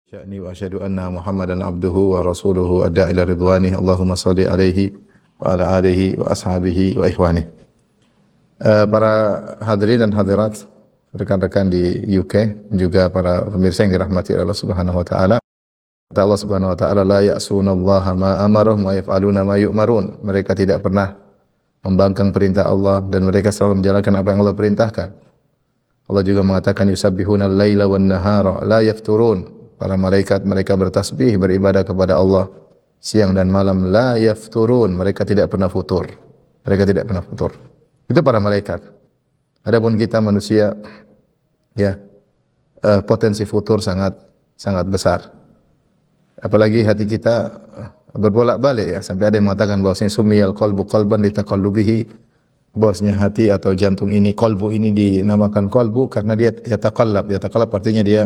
Sya'ni wa asyhadu anna Muhammadan abduhu wa rasuluhu adda ila ridwanih. Allahumma salli alaihi wa ala alihi wa ashabihi wa ikhwanih. Para hadirin dan hadirat, rekan-rekan di UK, juga para pemirsa yang dirahmati Allah Subhanahu wa taala. Kata Allah Subhanahu wa taala, la ya'sunallaha ma amarahum wa yaf'aluna ma yu'marun. Mereka tidak pernah membangkang perintah Allah dan mereka selalu menjalankan apa yang Allah perintahkan. Allah juga mengatakan yusabbihuna al-laila wan nahara la yafturun. Para malaikat mereka bertasbih, beribadah kepada Allah siang dan malam, la yafturun, mereka tidak pernah futur. Mereka tidak pernah futur. Itu para malaikat. Adapun kita manusia, ya, potensi futur sangat besar. Apalagi hati kita berbolak-balik, ya, sampai ada yang mengatakan bahwasanya sumiyal qalbu qalban litaqallubihi, bahwasanya hati atau jantung ini, qalbu ini dinamakan qalbu karena dia yataqallab. Yataqallab artinya dia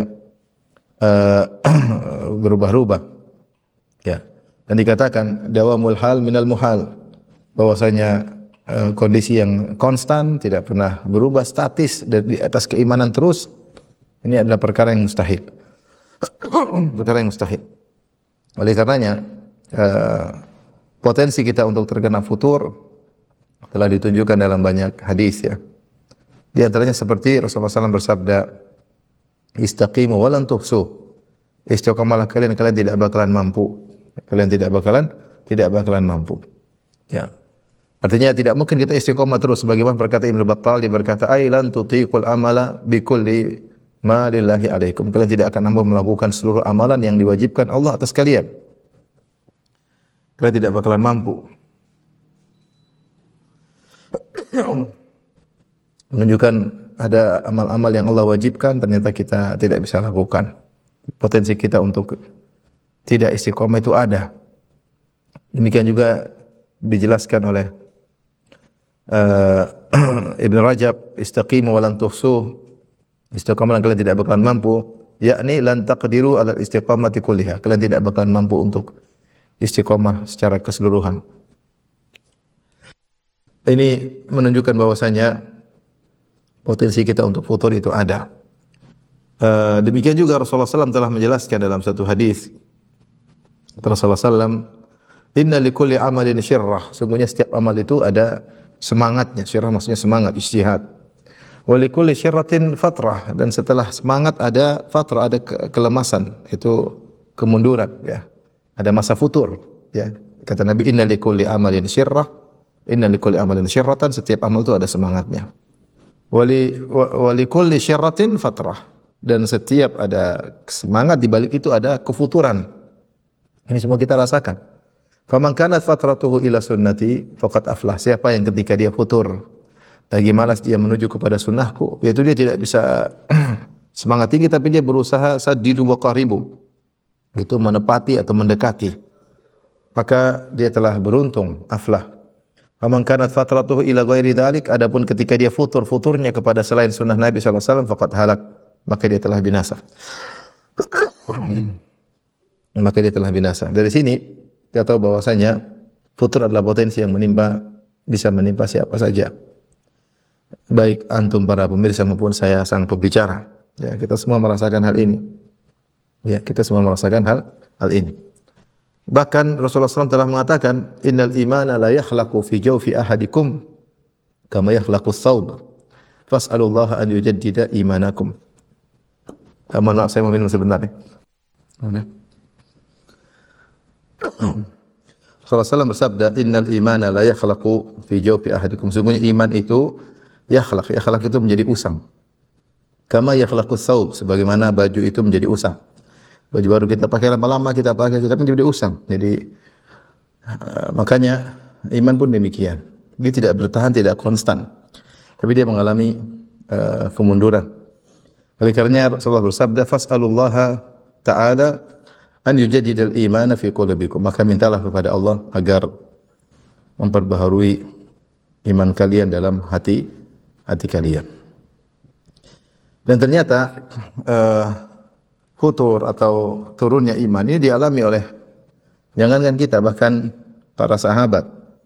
berubah-ubah, ya. Dan dikatakan dawamul hal minal muhal, bahwasanya kondisi yang konstan, tidak pernah berubah, statis dan di atas keimanan terus, ini adalah perkara yang mustahil. Perkara yang mustahil. Oleh karenanya potensi kita untuk terkena futur telah ditunjukkan dalam banyak hadis, ya. Di antaranya seperti Rasulullah SAW bersabda, istaqimu walan tuhsu. Istiqamalah kalian tidak bakalan mampu. Kalian tidak bakalan mampu. Ya. Artinya tidak mungkin kita istiqamah terus, sebagaimana berkata Ibnu Battal, dia berkata, "Ai lan tutiqul amala bikulli ma lillahi alaikum." Kalian tidak akan mampu melakukan seluruh amalan yang diwajibkan Allah atas kalian. Kalian tidak bakalan mampu. Menunjukkan ada amal-amal yang Allah wajibkan, ternyata kita tidak bisa lakukan. Potensi kita untuk tidak istiqomah itu ada. Demikian juga dijelaskan oleh Ibn Rajab, istaqimu wa lan tuhsu. Istiqomah kalian tidak bakalan mampu, yakni lan taqdiru ala istiqamati kulliha. Kalian tidak bakalan mampu untuk istiqomah secara keseluruhan. Ini menunjukkan bahwasanya potensi kita untuk futur itu ada. Demikian juga Rasulullah SAW telah menjelaskan dalam satu hadis. Rasulullah SAW, inna likulli amalin syirrah. Sungguhnya setiap amal itu ada semangatnya. Syirrah maksudnya semangat, ijtihad. Wa likulli syirratin fatrah. Dan setelah semangat ada fatrah, ada kelemasan, itu kemunduran, ya. Ada masa futur, ya. Kata Nabi, inna likulli amalin syirrah. Inna likulli amalin syirratan. Setiap amal itu ada semangatnya. Wa likulli syirratin fatrah. Dan setiap ada semangat, di balik itu ada kefuturan. Ini semua kita rasakan. Faman kanat fatratuhu ila sunnati faqad aflah. Siapa yang ketika dia futur lagi malas dia menuju kepada sunnahku, yaitu dia tidak bisa semangat tinggi, tapi dia berusaha sadidu wa qaribu, itu menepati atau mendekati, maka dia telah beruntung, aflah. Faman kanat fatratuhu ila ghairi dzalik, adapun ketika dia futurnya kepada selain sunnah Nabi sallallahu alaihi wasallam, faqad halak, maka dia telah binasa. Maka dia telah binasa. Dari sini kita tahu bahwasanya futur adalah potensi yang bisa menimpa siapa saja. Baik antum para pemirsa maupun saya sang pembicara. Ya, kita semua merasakan hal ini. Ya, kita semua merasakan hal ini. Bahkan Rasulullah SAW telah mengatakan, innal imana la yakhlaqu fi jawfi ahadikum kama yakhlaqu ats-tsawb. Fas'alullaha an yujaddida imanakum. Mohon maaf, saya mau minum sebentar nih. Rasulullah SAW bersabda, innal imana la yakhlaqu fi jawfi ahadikum. Sungguhnya iman itu yakhlaq itu menjadi usang. Kama yakhlaqu ats-tsawb, sebagaimana baju itu menjadi usang. Baju baru kita pakai lama-lama, kita pakai sekarang jadi usang. Jadi makanya iman pun demikian. Dia tidak bertahan, tidak konstan. Tapi dia mengalami kemunduran. Oleh karenanya Rasulullah bersabda, fas'alullaha ta'ala an yujaddidal imana fi qulubikum. Maka mintalah kepada Allah agar memperbaharui iman kalian dalam hati kalian. Dan ternyata futur atau turunnya iman ini dialami oleh jangankan kita, bahkan para sahabat.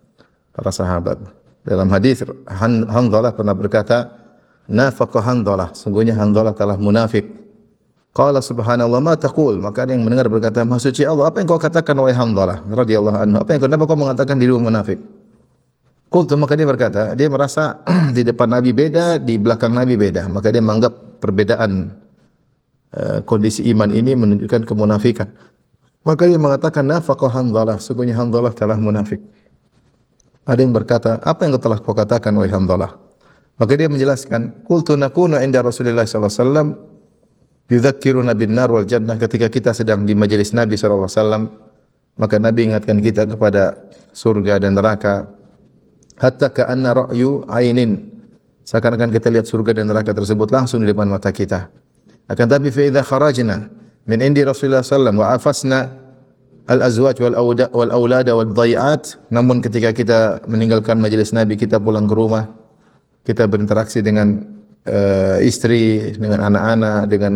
Dalam hadis Hanzalah pernah berkata, nafaqa Hanzalah, sungguhnya Hanzalah telah munafik. Qala subhanallah ma taqul, maka ada yang mendengar berkata, Maha suci Allah, apa yang kau katakan wahai Hanzalah radhiyallahu anhu? Kenapa kau mengatakan dirimu munafik? Qultu, maka dia berkata, dia merasa di depan Nabi beda, di belakang Nabi beda, maka dia menganggap perbedaan kondisi iman ini menunjukkan kemunafikan. Maka dia mengatakan nafaqa Hanzalah, sungguhnya Hanzalah telah munafik. Ada yang berkata, apa yang telah kau katakan wahai Hanzalah? Maka dia menjelaskan, qultu nakunu inda Rasulillah sallallahu alaihi wasallam yudzakkiruna bin nar wal jannah, ketika kita sedang di majelis Nabi sallallahu alaihi wasallam, maka Nabi ingatkan kita kepada surga dan neraka. Hatta ka'anna ra'yu ainin, seakan-akan kita lihat surga dan neraka tersebut langsung di depan mata kita. Akan tapi fa idza kharajna min indi Rasulullah sallallahu alaihi wasallam wa afasna al-azwaj wal aulada wal dhai'at, namun ketika kita meninggalkan majelis Nabi, kita pulang ke rumah, kita berinteraksi dengan istri, dengan anak-anak, dengan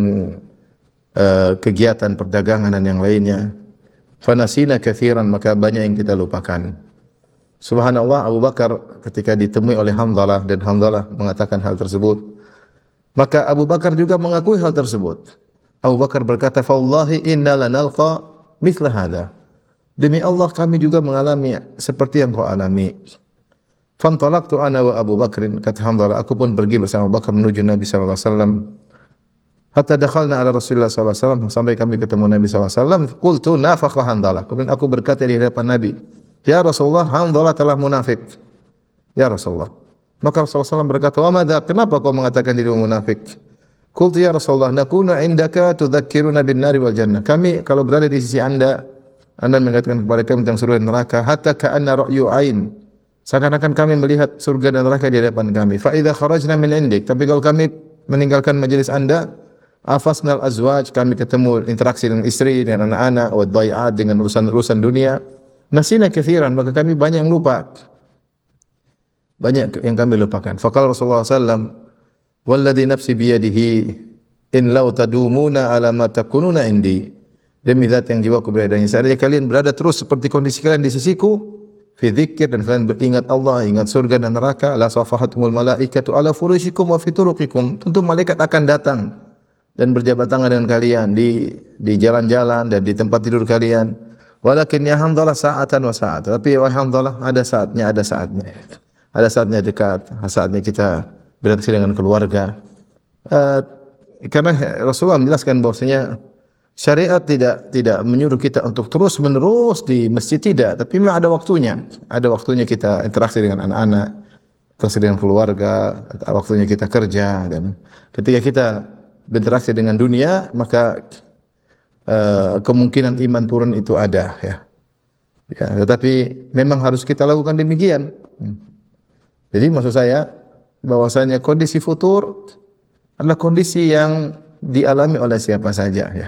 kegiatan perdagangan dan yang lainnya. Fanasina katsiran, maka banyak yang kita lupakan. Subhanallah, Abu Bakar ketika ditemui oleh Hanzalah dan Hanzalah mengatakan hal tersebut, maka Abu Bakar juga mengakui hal tersebut. Abu Bakar berkata, "Fa wallahi inna lanalqa mithla hadha." Demi Allah kami juga mengalami seperti yang kau alami. Fantalaqtu ana wa Abu Bakrin, kata Hanzalah, aku pun pergi bersama Abu Bakar menuju Nabi sallallahu alaihi wasallam. Hatta dakhalna ala Rasulullah sallallahu alaihi wasallam, sampai kami ketemu Nabi sallallahu alaihi wasallam. Qultu nafaqa Hanzalah, kemudian aku berkata di hadapan Nabi, "Ya Rasulullah, Hanzalah telah munafik." Ya Rasulullah. Maka Rasulullah SAW berkata, "Wa madza? Kenapa kau mengatakan dirimu munafik?" Qultu ya Rasulullah, nakunu indaka tudzakkiruna bin nari wal jannah. Kami kalau berada di sisi Anda mengatakan kepada kami tentang surga dan neraka, hatta ka'anna ra'yu ain. Seakan-akan kami melihat surga dan neraka di hadapan kami. Fa idza kharajna min indik, tapi kalau kami meninggalkan majelis Anda, afasnal azwaj, kami ketemu interaksi dengan istri, dengan anak-anak, wa dhai'at, dengan urusan-urusan dunia. Nasina katsiran, maka kami banyak yang lupa. Banyak yang kami lupakan. Faqala Rasulullah sallallahu walladzi nafsi biyadihi in law tadumuna ala ma takununa indi. Demi zat yang jiwaku berada di sana, kalian berada terus seperti kondisi kalian di sisiku, fi dzikir, dan kalian beringat Allah, ingat surga dan neraka, la safahatumul malaikatu ala furushikum wa fi turuqikum. Tentu malaikat akan datang dan berjabat tangan dengan kalian di jalan-jalan dan di tempat tidur kalian. Walakin ya Hanzalah sa'atan wa sa'at. Tapi wahai Hanzalah, ada saatnya, ada saatnya. Ada saatnya dekat, saatnya kita berinteraksi dengan keluarga. Karena Rasulullah menjelaskan bahwasanya syariat tidak menyuruh kita untuk terus-menerus di masjid, tidak, tapi memang ada waktunya. Ada waktunya kita interaksi dengan anak-anak, interaksi dengan keluarga, waktunya kita kerja, dan ketika kita berinteraksi dengan dunia, maka kemungkinan iman turun itu ada, ya. Tetapi memang harus kita lakukan demikian. Jadi maksud saya bahwasanya kondisi futur adalah kondisi yang dialami oleh siapa saja, ya.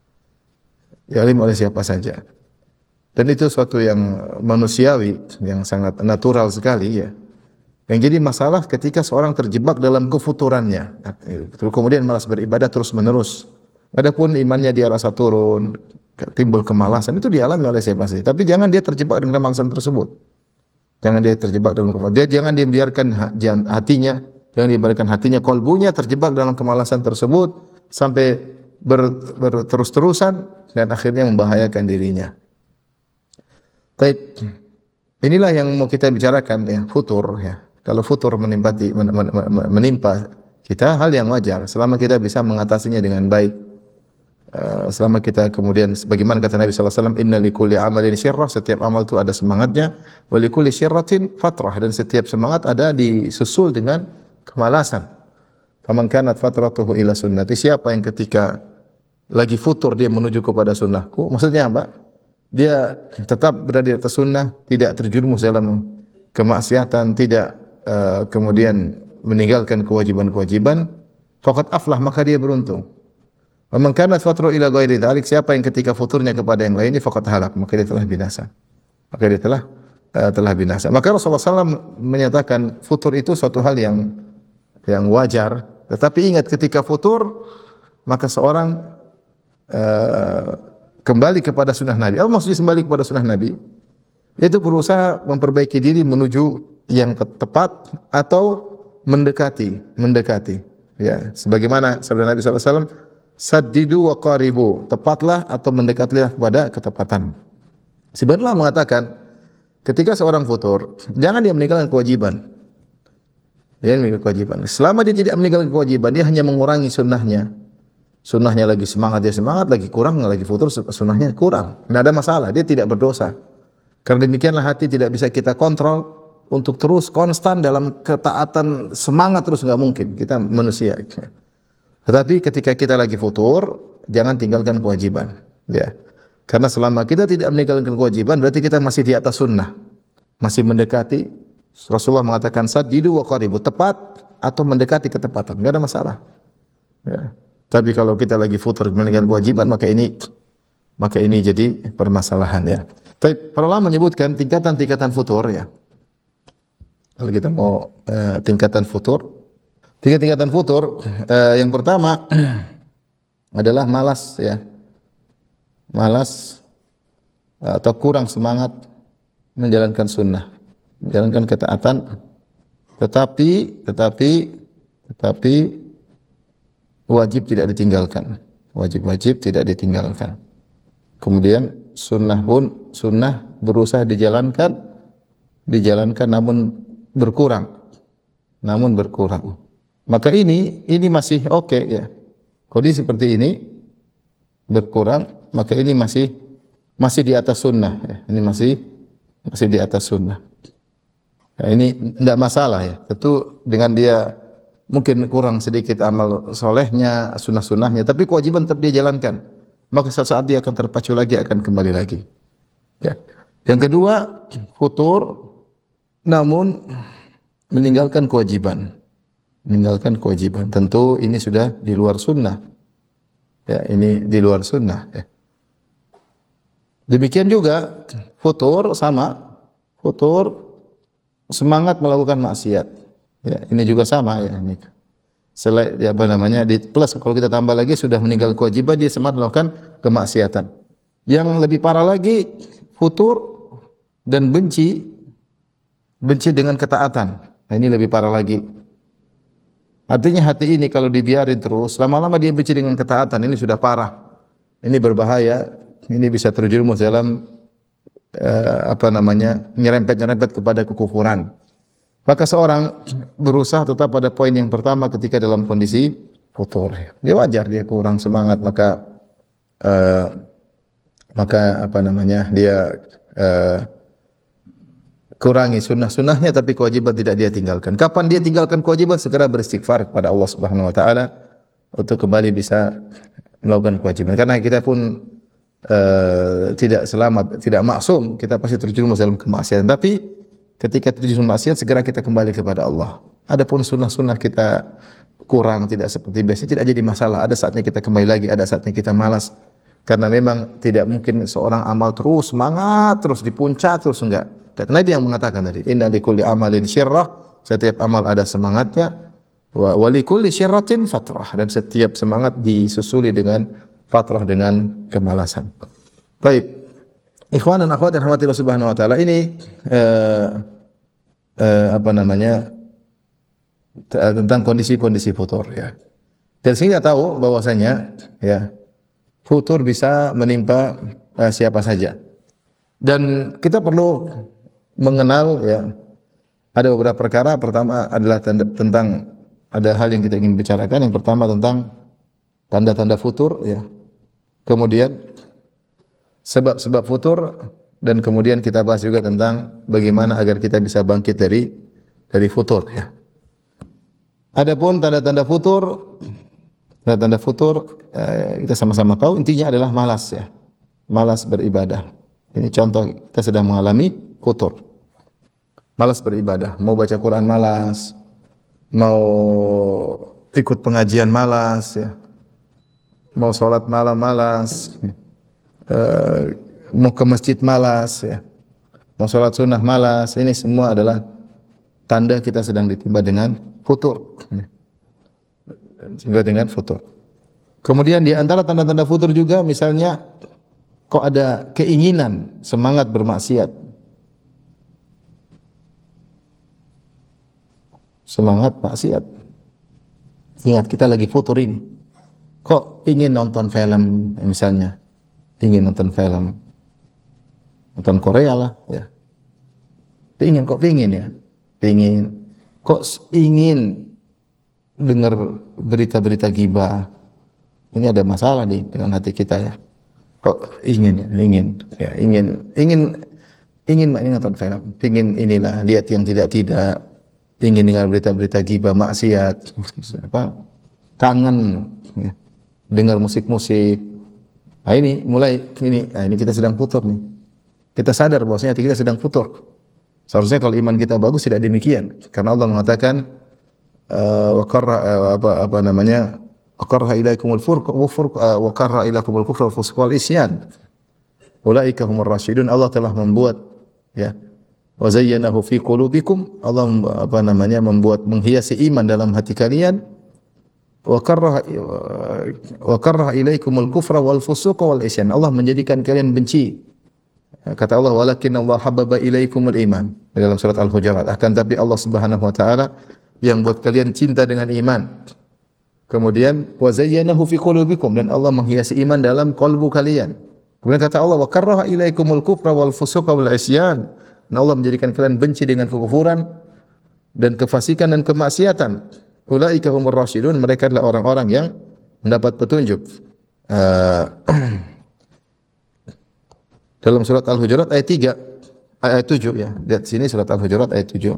Dialami oleh siapa saja. Dan itu suatu yang manusiawi, yang sangat natural sekali, ya. Yang jadi masalah ketika seorang terjebak dalam kefuturannya, kemudian malas beribadah terus-menerus. Adapun imannya dia rasa turun, timbul kemalasan, itu dialami oleh siapa saja. Tapi jangan dia terjebak dengan kemalasan tersebut. Jangan dia terjebak dalam kemalasan. Jangan dia biarkan hatinya, jangan dibiarkan hatinya, kolbunya terjebak dalam kemalasan tersebut sampai berterus-terusan dan akhirnya membahayakan dirinya. Baik, inilah yang mau kita bicarakan, ya, futur, ya. Kalau futur menimpa kita, hal yang wajar selama kita bisa mengatasinya dengan baik. Selama kita kemudian, bagaimana kata Nabi sallallahu alaihi wasallam, inna likulli amalin syirrah, setiap amal itu ada semangatnya, wa likulli syirratin fatrah, dan setiap semangat ada disusul dengan kemalasan. Faman kanat fatratuhu ila sunnati, siapa yang ketika lagi futur dia menuju kepada sunnahku, maksudnya apa? Dia tetap berada di atas sunnah, tidak terjerumus dalam kemaksiatan, tidak kemudian meninggalkan kewajiban-kewajiban, faqad aflah, maka dia beruntung. Wa man kanat fatru ila ghairi dzalik, siapa yang ketika futurnya kepada yang lainnya, faqad halak, maka dia telah binasa. Maka dia telah binasa. Maka Rasulullah SAW menyatakan futur itu suatu hal yang wajar, tetapi ingat ketika futur maka seorang kembali kepada sunnah Nabi. Apa maksudnya kembali kepada sunnah Nabi? Yaitu berusaha memperbaiki diri menuju yang tepat atau mendekati. Ya, sebagaimana sabda Nabi SAW, Saddidu wa qaribu, tepatlah atau mendekatilah kepada ketepatan. Sebenarnya mengatakan ketika seorang futur, jangan dia meninggalkan kewajiban. Dia meninggalkan kewajiban. Selama dia tidak meninggalkan kewajiban, dia hanya mengurangi sunnahnya. Sunnahnya lagi semangat, dia semangat, lagi kurang, lagi futur, sunnahnya kurang. Tidak ada masalah, dia tidak berdosa. Karena demikianlah hati tidak bisa kita kontrol untuk terus konstan dalam ketaatan semangat terus, nggak mungkin. Kita manusia. Tetapi ketika kita lagi futur, jangan tinggalkan kewajiban. Ya. Karena selama kita tidak meninggalkan kewajiban, berarti kita masih di atas sunnah. Masih mendekati. Rasulullah mengatakan saddidu wa qaribu, tepat atau mendekati ketepatan, enggak ada masalah. Ya. Tapi kalau kita lagi futur meninggalkan kewajiban, maka ini jadi permasalahan ya. Tapi para ulama menyebutkan tingkatan-tingkatan futur ya. Kalau kita mau tingkatan futur, tingkatan futur yang pertama adalah malas ya. Malas atau kurang semangat menjalankan sunnah, menjalankan ketaatan, tetapi wajib tidak ditinggalkan, wajib tidak ditinggalkan. Kemudian sunnah berusaha dijalankan namun berkurang. Maka ini masih oke ya. Kondisi seperti ini berkurang, maka ini masih di atas sunnah ya. Ini masih di atas sunnah. Nah, ini tidak masalah ya. Tentu dengan dia mungkin kurang sedikit amal solehnya, sunnah-sunnahnya, tapi kewajiban tetap dia jalankan. Maka suatu saat dia akan terpacu lagi, akan kembali lagi. Ya. Yang kedua, futur namun meninggalkan kewajiban. Tentu ini sudah di luar sunnah. Ya, ini di luar sunnah. Ya. Demikian juga futur semangat melakukan maksiat. Ya, ini juga sama ya. Ini selain di plus kalau kita tambah lagi sudah meninggal kewajiban, dia semangat melakukan kemaksiatan. Yang lebih parah lagi futur dan benci dengan ketaatan. Nah, ini lebih parah lagi. Artinya hati ini kalau dibiarin terus, lama-lama dia benci dengan ketaatan, ini sudah parah. Ini berbahaya, ini bisa terjerumus dalam nyerempet kepada kekufuran. Maka seorang berusaha tetap pada poin yang pertama ketika dalam kondisi futur. Dia wajar dia kurang semangat, maka dia kurangi sunnahnya, tapi kewajiban tidak dia tinggalkan. Kapan dia tinggalkan kewajiban? Segera beristighfar kepada Allah Subhanahu wa taala untuk kembali bisa melakukan kewajiban. Karena kita pun tidak selamat, tidak maksum, kita pasti terjerumus dalam kemaksiatan. Tapi ketika terjerumus maksiat, segera kita kembali kepada Allah. Adapun sunnah kita kurang, tidak seperti biasanya, tidak jadi masalah. Ada saatnya kita kembali lagi, ada saatnya kita malas. Karena memang tidak mungkin seorang amal terus semangat, terus di puncak, terus enggak. Karena dia yang mengatakan tadi, inna likulli amalin syirrah, setiap amal ada semangatnya, wa likulli syirratin fatrah, dan setiap semangat disusuli dengan fatrah, dengan kemalasan. Baik, ikhwan dan akhwat yang dirahmati Allah Subhanahu wa taala, ini tentang kondisi-kondisi futur ya. Dan sehingga tahu bahwasanya ya futur bisa menimpa siapa saja. Dan kita perlu mengenal ya, ada beberapa perkara. Pertama adalah tentang ada hal yang kita ingin bicarakan. Yang pertama tentang tanda-tanda futur ya. Kemudian sebab-sebab futur, dan kemudian kita bahas juga tentang bagaimana agar kita bisa bangkit dari futur ya. Adapun tanda-tanda futur kita sama-sama tahu intinya adalah malas ya. Malas beribadah. Ini contoh kita sedang mengalami futur. Malas beribadah, mau baca Quran malas, mau ikut pengajian malas ya. Mau sholat malam malas, mau ke masjid malas ya. Mau sholat sunnah malas. Ini semua adalah tanda kita sedang ditimpa dengan futur. Kemudian di antara tanda-tanda futur juga misalnya kok ada keinginan semangat bermaksiat. Semangat maksiat. Ingat kita lagi futur ini. kok ingin nonton film misalnya, ingin nonton film, nonton Korea lah, ya. Pingin ya, kok ingin dengar berita-berita gibah. Ini ada masalah nih dengan hati kita ya. Kok ingin nonton film, ingin inilah lihat yang tidak, ingin dengar berita-berita gibah, maksiat, kangen ya, dengar musik-musik. Nah ini kita sedang futur nih. Kita sadar bahwasanya hati kita sedang futur. Seharusnya kalau iman kita bagus tidak demikian. Karena Allah mengatakan wa qarra ilaikumul furqa wa qarra ilaikumul kufra wal fusqa wal isyan. Ulaika humur rasyidun. Allah telah membuat ya wa zayyanahu fi qulubikum. Allah membuat menghiasi iman dalam hati kalian. Wa karraha ilaikumul kufra wal fusuqa wal isyan. Allah menjadikan kalian benci. Kata Allah, walakin Allah habbaba ilaikumul iman dalam surat Al-Hujurat. Akan tapi Allah Subhanahu wa taala yang buat kalian cinta dengan iman. Kemudian wa zayyanahu fi qulubikum, dan Allah menghiasi iman dalam kalbu kalian. Kemudian kata Allah, wa karraha ilaikumul kufra wal fusuqa wal isyan. Dan Allah menjadikan kalian benci dengan kekufuran dan kefasikan dan kemaksiatan. Ulaika humur rasyidun, mereka adalah orang-orang yang mendapat petunjuk. Dalam surat Al-Hujurat ayat 7 ya. Lihat sini surat Al-Hujurat ayat 7.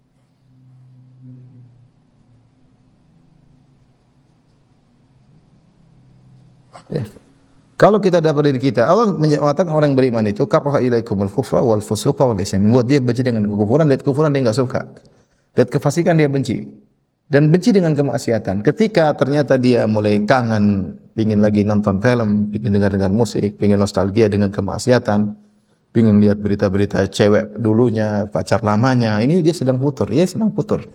Ya. Kalau kita dapat diri kita, Allah mengatakan orang beriman itu karaha ilaikumul kufra wal fusuqa wal isyan. Buat dia benci dengan kekufuran, lihat kekufuran dia enggak suka. Lihat kefasikan dia benci. Dan benci dengan kemaksiatan. Ketika ternyata dia mulai kangen, ingin lagi nonton film, ingin dengar musik, ingin nostalgia dengan kemaksiatan, ingin lihat berita-berita cewek dulunya, pacar lamanya, ini dia sedang futur. Dia sedang futur.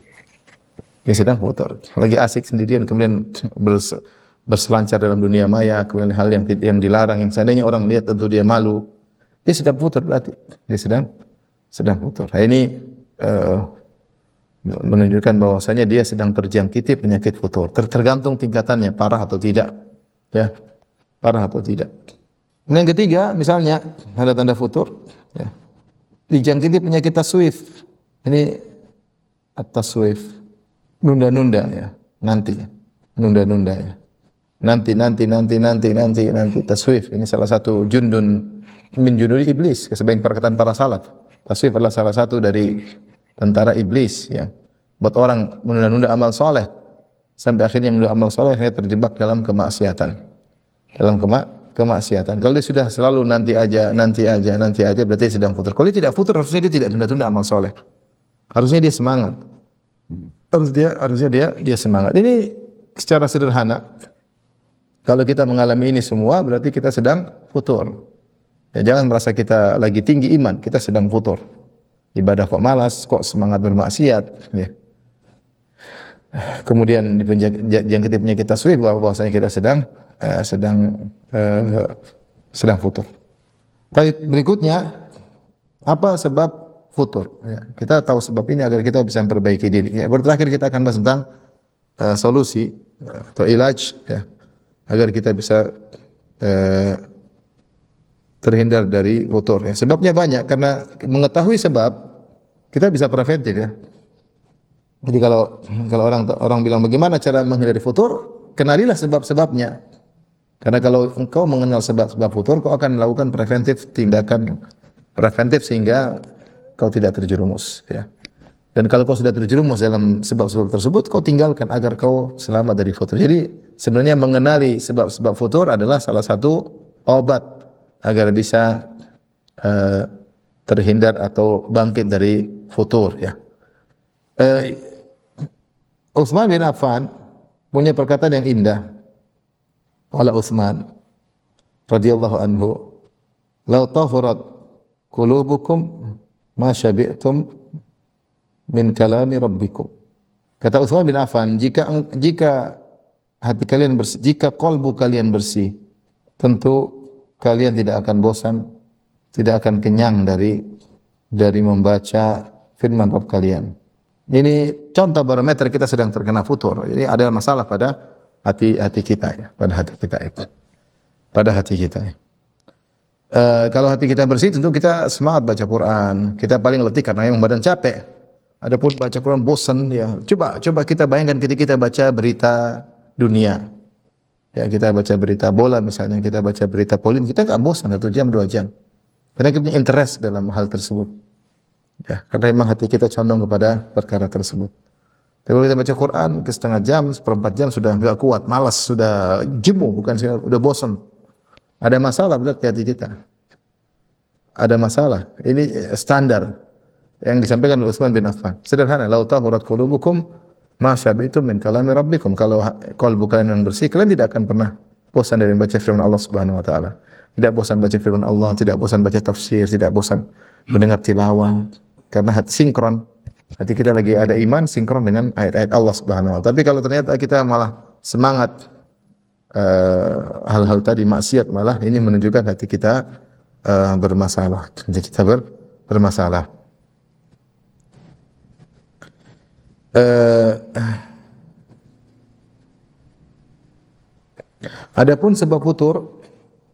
Lagi asik sendirian, kemudian berselancar dalam dunia maya, kemudian hal yang dilarang, yang seandainya orang lihat tentu dia malu. Dia sedang futur berarti. Dia sedang futur. Nah, ini menunjukkan bahwasanya dia sedang terjangkiti penyakit futur. Tergantung tingkatannya, parah atau tidak. Ya, parah atau tidak. Yang ketiga, misalnya ada tanda futur, ya, dijangkiti penyakit taswif. Ini at-taswif, nunda-nunda ya, nanti, nunda-nunda ya, nanti, taswif. Ini salah satu jundun min junudi iblis, sebagian perkataan para salaf. Taswif adalah salah satu dari tentara iblis ya. Buat orang menunda-nunda amal soleh sampai akhirnya menunda amal soleh, dia terjebak dalam kemaksiatan. Kalau dia sudah selalu nanti aja, berarti dia sedang futur. Kalau dia tidak futur, harusnya dia tidak tunda-tunda amal soleh. Harusnya dia semangat. Harusnya dia semangat. Ini secara sederhana. Kalau kita mengalami ini semua, berarti kita sedang futur. Ya, jangan merasa kita lagi tinggi iman, kita sedang futur. Ibadah kok malas, kok semangat bermaksiat. Ya. Kemudian dijangkiti penyakit taswif, bahwasanya kita sedang futur. Baik, berikutnya apa sebab futur? Ya, kita tahu sebab ini agar kita bisa memperbaiki diri. Ya, terakhir kita akan bahas tentang solusi atau ilaj, ya, agar kita bisa terhindar dari futur. Ya. Sebabnya banyak, karena mengetahui sebab kita bisa preventif ya. Jadi kalau orang bilang bagaimana cara menghindari futur, kenalilah sebab-sebabnya. Karena kalau engkau mengenal sebab-sebab futur, kau akan melakukan tindakan preventif sehingga kau tidak terjerumus. Ya. Dan kalau kau sudah terjerumus dalam sebab-sebab tersebut, kau tinggalkan agar kau selamat dari futur. Jadi sebenarnya mengenali sebab-sebab futur adalah salah satu obat agar bisa terhindar atau bangkit dari futur. Ya. Utsman bin Affan punya perkataan yang indah. Qala Utsman radhiyallahu anhu, "Law tahurat qulubukum ma syabi'tum min kalami rabbikum." Kata Utsman bin Affan, jika hati kalian bersih, jika kalbu kalian bersih, tentu kalian tidak akan bosan, tidak akan kenyang dari membaca firman Rabb kalian. Ini contoh barometer kita sedang terkena futur. Jadi ada masalah pada hati kita ya, pada hati kita itu. Pada hati kita ya. Kalau hati kita bersih tentu kita semangat baca Quran. Kita paling letih karena memang badan capek. Adapun baca Quran bosan ya. Coba kita bayangkan ketika kita baca berita dunia. Ya, kita baca berita bola misalnya, kita baca berita politik, kita enggak bosan 1 jam 2 jam. Karena kita punya interest dalam hal tersebut. Ya, karena memang hati kita condong kepada perkara tersebut. Tapi kalau kita baca Quran ke setengah jam, seperempat jam sudah enggak kuat, malas, sudah jemu, bukan sudah bosan. Ada masalah berarti hati kita. Ada masalah. Ini standar yang disampaikan oleh Utsman bin Affan. Sederhana, "Lau tahurat qulubukum ma syabitum min kalami rabbikum." Kalau qalbu kalian yang bersih, kalian tidak akan pernah bosan dari membaca firman Allah Subhanahu wa taala. Tidak bosan baca firman Allah, tidak bosan baca tafsir, tidak bosan mendengar tilawah. Karena hati sinkron. Hati kita lagi ada iman sinkron dengan ayat-ayat Allah Subhanahu wa taala. Tapi kalau ternyata kita malah semangat hal-hal tadi maksiat, malah ini menunjukkan hati kita bermasalah. Hati kita bermasalah. Adapun sebab futur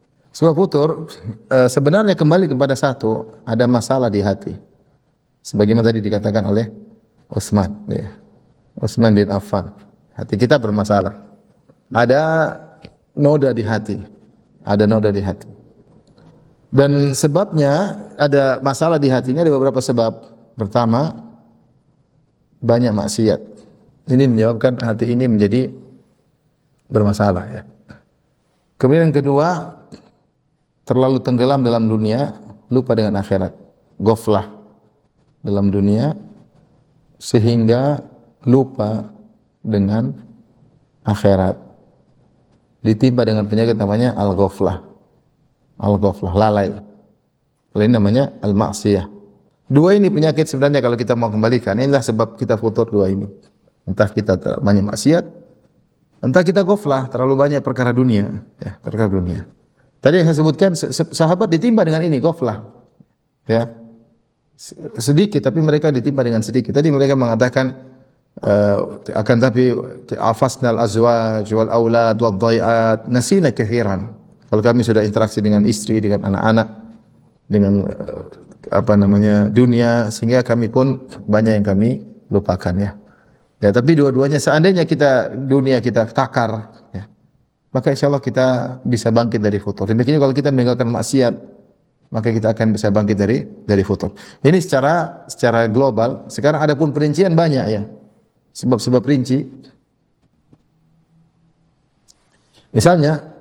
sebenarnya kembali kepada satu, ada masalah di hati. Sebagaimana tadi dikatakan oleh Utsman, ya. Utsman bin Affan. Hati kita bermasalah. Ada noda di hati. Ada noda di hati. Dan sebabnya ada masalah di hatinya ada beberapa sebab. Pertama, banyak maksiat. Ini menyebabkan hati ini menjadi bermasalah ya. Kemudian yang kedua, terlalu tenggelam dalam dunia, lupa dengan akhirat. Ghaflah dalam dunia sehingga lupa dengan akhirat. Ditimpa dengan penyakit namanya al-ghaflah. Al-ghaflah, lalai. Ini namanya al-ma'siyah. Dua ini penyakit sebenarnya kalau kita mau kembalikan. Inilah sebab kita futur dua ini. Entah kita banyak maksiat, entah kita ghaflah, terlalu banyak perkara dunia, ya, perkara dunia. Tadi yang saya sebutkan sahabat ditimpa dengan ini ghaflah. Ya. Sedikit tapi mereka ditimpa dengan sedikit. Tadi mereka mengatakan akan tapi afasnal azwaj wal aulad wad dhai'at nasina kathiran. Kalau kami sudah interaksi dengan istri, dengan anak-anak, dengan dunia, sehingga kami pun banyak yang kami lupakan ya. Ya, tapi dua-duanya seandainya dunia kita takar ya, maka insyaallah kita bisa bangkit dari futur. Demikian kalau kita meninggalkan maksiat, maka kita akan bisa bangkit dari futur. Ini secara global. Sekarang ada pun perincian banyak ya. Sebab-sebab rinci. Misalnya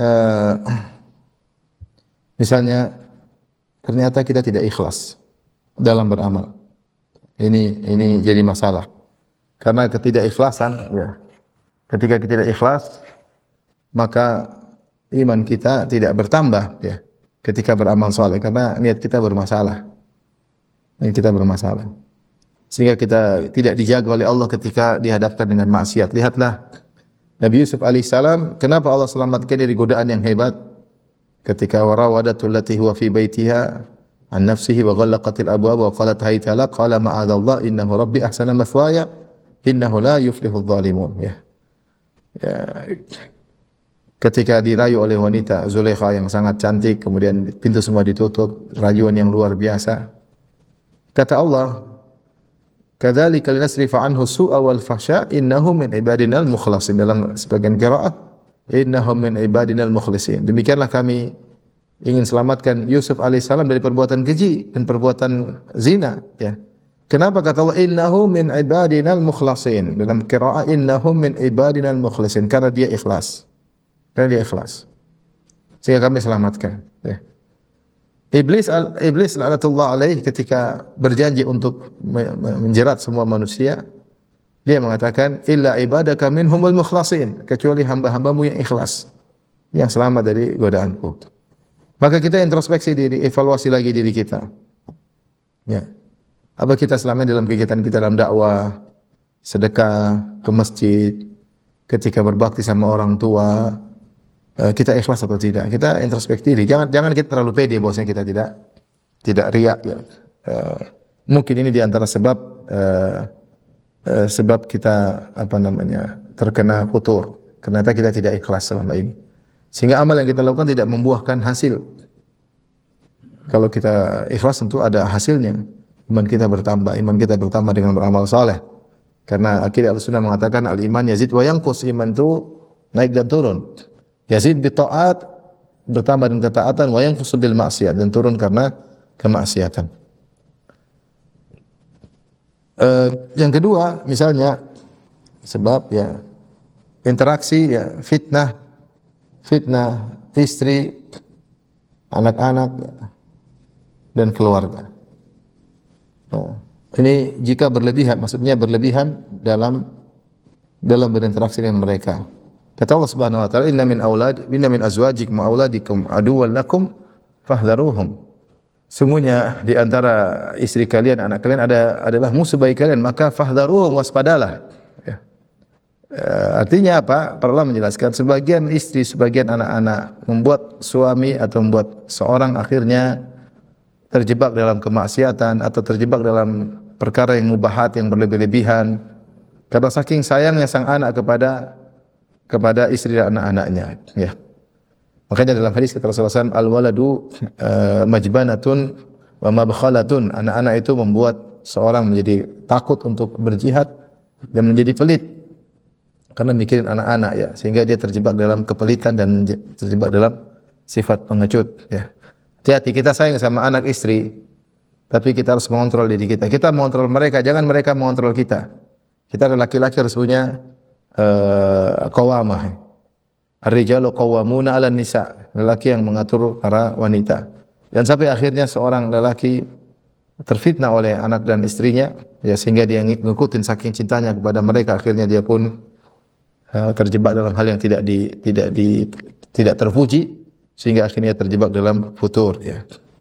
ternyata kita tidak ikhlas dalam beramal. Ini jadi masalah. Karena ketidakikhlasan ya. Ketika kita tidak ikhlas, maka iman kita tidak bertambah ya. Ketika beramal saleh karena niat kita bermasalah. Niat kita bermasalah. Sehingga kita tidak dijaga oleh Allah ketika dihadapkan dengan maksiat. Lihatlah Nabi Yusuf alaihissalam, kenapa Allah selamatkan dari godaan yang hebat? Ketika warawadatul lati huwa fi baitiha an nafsihi wa ghallaqatil abwab wa qalat hayta lak qala ma'adallah innahu rabbi ahsana mathwaya innahu la yuflihudz zalimun ya. Ketika dirayu oleh wanita Zulaikha yang sangat cantik, kemudian pintu semua ditutup, rayuan yang luar biasa. Kata Allah, kadzalika linasrifa anhu su'a wal fahsya innahu min ibadinal mukhlasin. Dalam sebagian qiraat innahu min ibadinal mukhlisin. Demikianlah kami ingin selamatkan Yusuf alaihissalam dari perbuatan keji dan perbuatan zina ya. Kenapa kata Allah innahu min ibadinal mukhlasin? Dalam qiraat innahu min ibadinal mukhlisin, karena dia ikhlas. Karena dia ikhlas. Sehingga kami selamatkan ya. Iblis laknatullah alaih ketika berjanji untuk menjerat semua manusia, dia mengatakan illa ibadaka minhumul mukhlasin, kecuali hamba-hambamu yang ikhlas, yang selamat dari godaanku. Maka kita introspeksi diri, evaluasi lagi diri kita. Ya. Apa kita selama dalam kegiatan kita dalam dakwah, sedekah, ke masjid, ketika berbakti sama orang tua, kita ikhlas atau tidak? Kita introspeksi diri. Jangan kita terlalu pede bahwasanya kita tidak riak ya. Mungkin ini di antara sebab kita terkena futur. Ternyata kita tidak ikhlas selama ini. Sehingga amal yang kita lakukan tidak membuahkan hasil. Kalau kita ikhlas tentu ada hasilnya. Iman kita bertambah dengan beramal saleh. Karena akidah Ahlussunnah mengatakan al-iman yazid wa yanqus, iman itu naik dan turun. Yazid bi taat, bertambah dengan ketaatan, wa yanqus bil maksiat, dan turun karena kemaksiatan. Yang kedua, misalnya sebab ya interaksi ya fitnah istri, anak-anak dan keluarga. Ini jika berlebihan, maksudnya berlebihan dalam berinteraksi dengan mereka. Kata Allah Subhanahu wa taala, inna min azwajikum wa auladikum aduwwan lakum fahdharuhum. Sungguhnya di antara istri kalian, anak kalian adalah musuh bagi kalian, maka fahdharuhum, waspadalah. Ya. Artinya apa? Para ulama menjelaskan sebagian istri, sebagian anak-anak membuat suami atau membuat seorang akhirnya terjebak dalam kemaksiatan atau terjebak dalam perkara yang mubahat, yang berlebih-lebihan karena saking sayangnya sang anak kepada istri dan anak-anaknya, ya. Makanya dalam hadis kata Rasulullah SAW, al-waladu majbanatun wa mabkhalatun. Anak-anak itu membuat seorang menjadi takut untuk berjihad dan menjadi pelit karena mikirin anak-anak, ya, sehingga dia terjebak dalam kepelitan dan terjebak dalam sifat pengecut, ya. Hati-hati, kita sayang sama anak istri, tapi kita harus mengontrol diri kita. Kita mengontrol mereka, jangan mereka mengontrol kita. Kita laki-laki harus punya qawamah. Ar-rijalu qawwamuna 'alan nisa. Lelaki yang mengatur para wanita. Dan sampai akhirnya seorang lelaki terfitnah oleh anak dan istrinya, ya, sehingga dia ngikutin saking cintanya kepada mereka, akhirnya dia pun terjebak dalam hal yang tidak terpuji, sehingga akhirnya terjebak dalam futur, ya.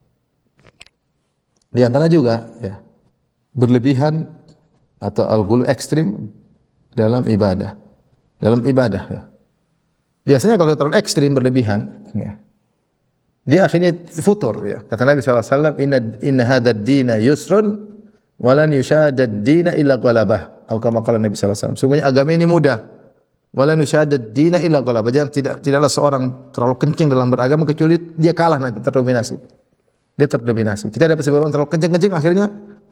Di antara juga, ya, berlebihan atau al-ghulu ekstrim dalam ibadah. Ya. Biasanya kalau terlalu ekstrim berlebihan, ya, dia akhirnya futur, ya. Kata Nabi SAW, inna hadzal dina yusrun wa lan yushadad dina illa ghalabah. Atau kama qala Nabi SAW, sungguhnya agama ini mudah. Wala nusyadad dina illa ghalaba. Tidaklah seorang terlalu kencing dalam beragama kecuali dia kalah, nanti terdominasi. Dia terdominasi. Kita dapat sebagian terlalu kencing akhirnya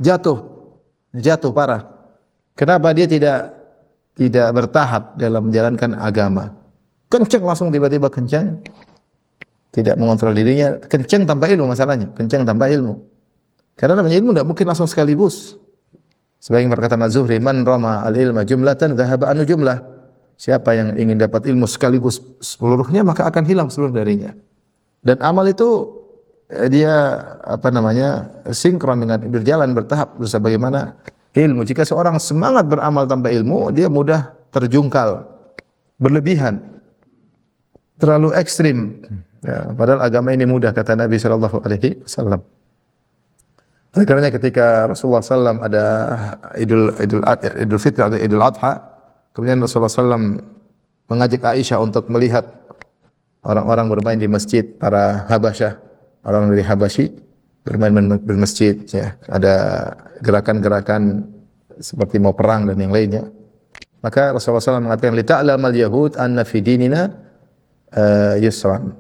jatuh parah. Kenapa? Dia tidak bertahap dalam menjalankan agama. Kencing langsung tiba-tiba kencing. Tidak mengontrol dirinya, kencing tanpa ilmu masalahnya, kencing tanpa ilmu. Karena namanya ilmu tidak mungkin langsung sekaligus. Sebagian berkata Az-Zuhri, man rama al-ilma jumlatan dhahaba anu jumlah. Siapa yang ingin dapat ilmu sekaligus seluruhnya, maka akan hilang seluruh darinya. Dan amal itu dia sinkron dengan berjalan bertahap sebagaimana ilmu. Jika seorang semangat beramal tanpa ilmu, dia mudah terjungkal, berlebihan, terlalu ekstrim. Ya, padahal agama ini mudah, kata Nabi sallallahu alaihi wasallam. Oleh karenanya ketika Rasulullah SAW ada Idul Fitri atau Idul Adha, kemudian Rasulullah SAW mengajak Aisyah untuk melihat orang-orang bermain di masjid, para Habasyah, orang dari Habasyi bermain di masjid, ya. Ada gerakan-gerakan seperti mau perang dan yang lainnya. Maka Rasulullah SAW mengatakan, lita'lamal yahud anna fi dinina yusran.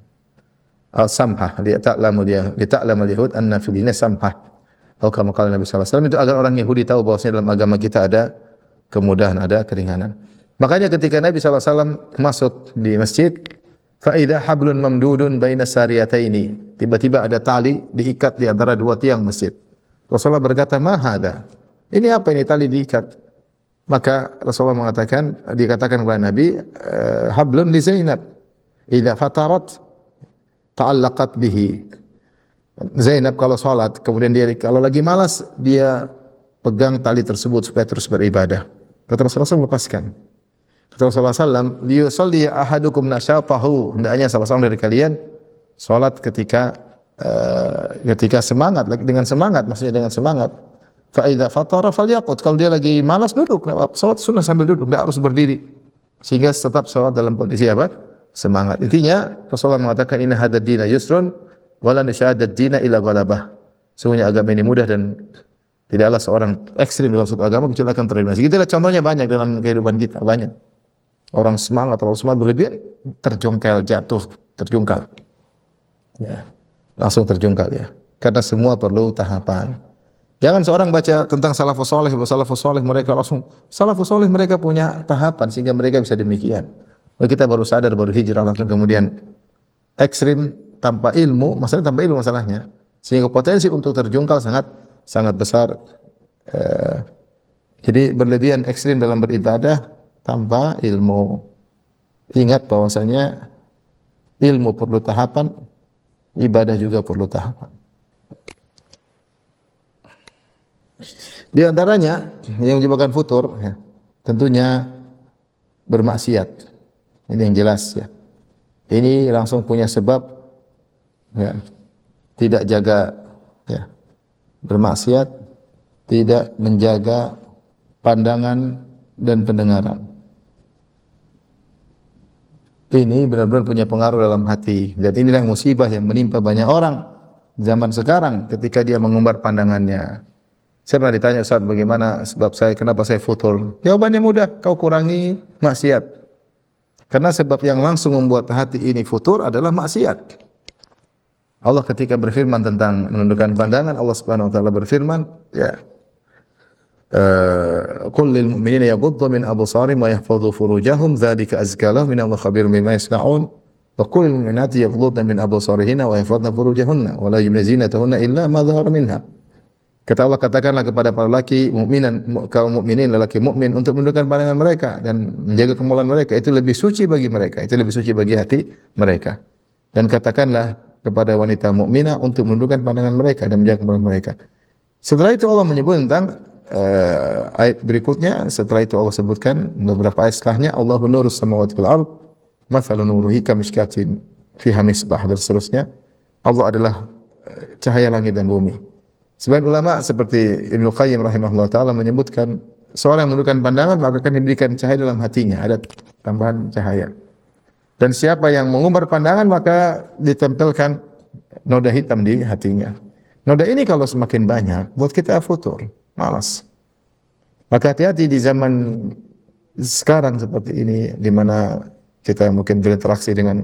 Al-samhah, lita'lamal yahud anna fi dinina samhah. Atau kama qala Nabi sallallahu alaihi wasallam, itu agar orang Yahudi tahu bahwasanya dalam agama kita ada kemudahan, ada keringanan. Makanya ketika Nabi SAW masuk di masjid, fa'idha hablun mamdudun baina sariyataini. Tiba-tiba ada tali diikat di antara dua tiang masjid. Rasulullah berkata, ma hadha? Ini apa ini tali diikat? Maka Rasulullah dikatakan kepada Nabi, hablun li Zainab. Idza fatarat ta'allaqat bihi. Zainab kalau salat, kemudian dia kalau lagi malas, dia pegang tali tersebut supaya terus beribadah. Kata Rasulullah SAW, lepaskan. Kata Rasulullah SAW, liyusalli ahadukum nasyatahu. Hendaknya salah seorang dari kalian salat ketika semangat, dengan semangat, maksudnya dengan semangat. Fa idza fatara falyaqut. Kalau dia lagi malas duduk, salat sunnah sambil duduk, enggak harus berdiri. Sehingga tetap salat dalam kondisi apa? Semangat. Intinya Rasulullah mengatakan, inna hadzal dina yusrun wa lan yushadad dina illa ghalabah. Sungguhnya agama ini mudah dan tidaklah seorang ekstrim dalam suatu agama kecuali akan terdominasi. Itulah contohnya banyak dalam kehidupan kita, banyak. Orang semangat, terlalu semangat berlebihan, terjungkel, jatuh, terjungkal. Ya, langsung terjungkal ya. Karena semua perlu tahapan. Jangan seorang baca tentang salafus saleh mereka langsung salafus saleh mereka punya tahapan sehingga mereka bisa demikian. Kita baru sadar, baru hijrah langsung kemudian ekstrim tanpa ilmu, masalahnya. Sehingga potensi untuk terjungkal sangat besar. Jadi berlebihan ekstrim dalam beribadah tanpa ilmu. Ingat bahwasanya ilmu perlu tahapan, ibadah juga perlu tahapan. Di antaranya yang menyebabkan futur, ya, tentunya bermaksiat. Ini yang jelas ya. Ini langsung punya sebab, ya, tidak jaga, ya, bermaksiat, tidak menjaga pandangan dan pendengaran. Ini benar-benar punya pengaruh dalam hati. Dan inilah musibah yang menimpa banyak orang zaman sekarang ketika dia mengumbar pandangannya. Saya pernah ditanya, Ustaz, bagaimana sebab kenapa saya futur? Jawabannya mudah, kau kurangi maksiat. Karena sebab yang langsung membuat hati ini futur adalah maksiat. Allah ketika berfirman tentang menundukkan pandangan, Allah Subhanahu wa taala berfirman, ya, qul lil mu'minina yaghuddu min absarihim wa yahfazu furujahum dzalika azka lahum innallaha khabirun bima yasna'un wa qul lil mu'minati yaghuddna min absarihinna wa yahfazna furujahunna wa la yubdina zinatahunna illa ma dhahara minha. Kata Allah, katakanlah kepada para laki mukminan, kaum mukminin, lelaki mukmin untuk menundukkan pandangan mereka dan menjaga kemaluan mereka, itu lebih suci bagi mereka, itu lebih suci bagi hati mereka. Dan katakanlah kepada wanita mukminah untuk menundukkan pandangan mereka dan menjaga kemaluan mereka. Setelah itu Allah menyebut tentang ayat berikutnya. Setelah itu Allah sebutkan beberapa ayat setelahnya, Allahu nurus samawati wal ardh mathalu nurihi kamishkatin fiha misbah, dan seterusnya. Allah adalah cahaya langit dan bumi. Sebagian ulama seperti Ibnu Qayyim rahimahullah taala menyebutkan seorang yang menundukkan pandangan maka akan diberikan cahaya dalam hatinya, ada tambahan cahaya. Dan siapa yang mengumbar pandangan maka ditempelkan noda hitam di hatinya. Noda ini kalau semakin banyak buat kita futur, malas. Maka hati-hati di zaman sekarang seperti ini, di mana kita mungkin berinteraksi dengan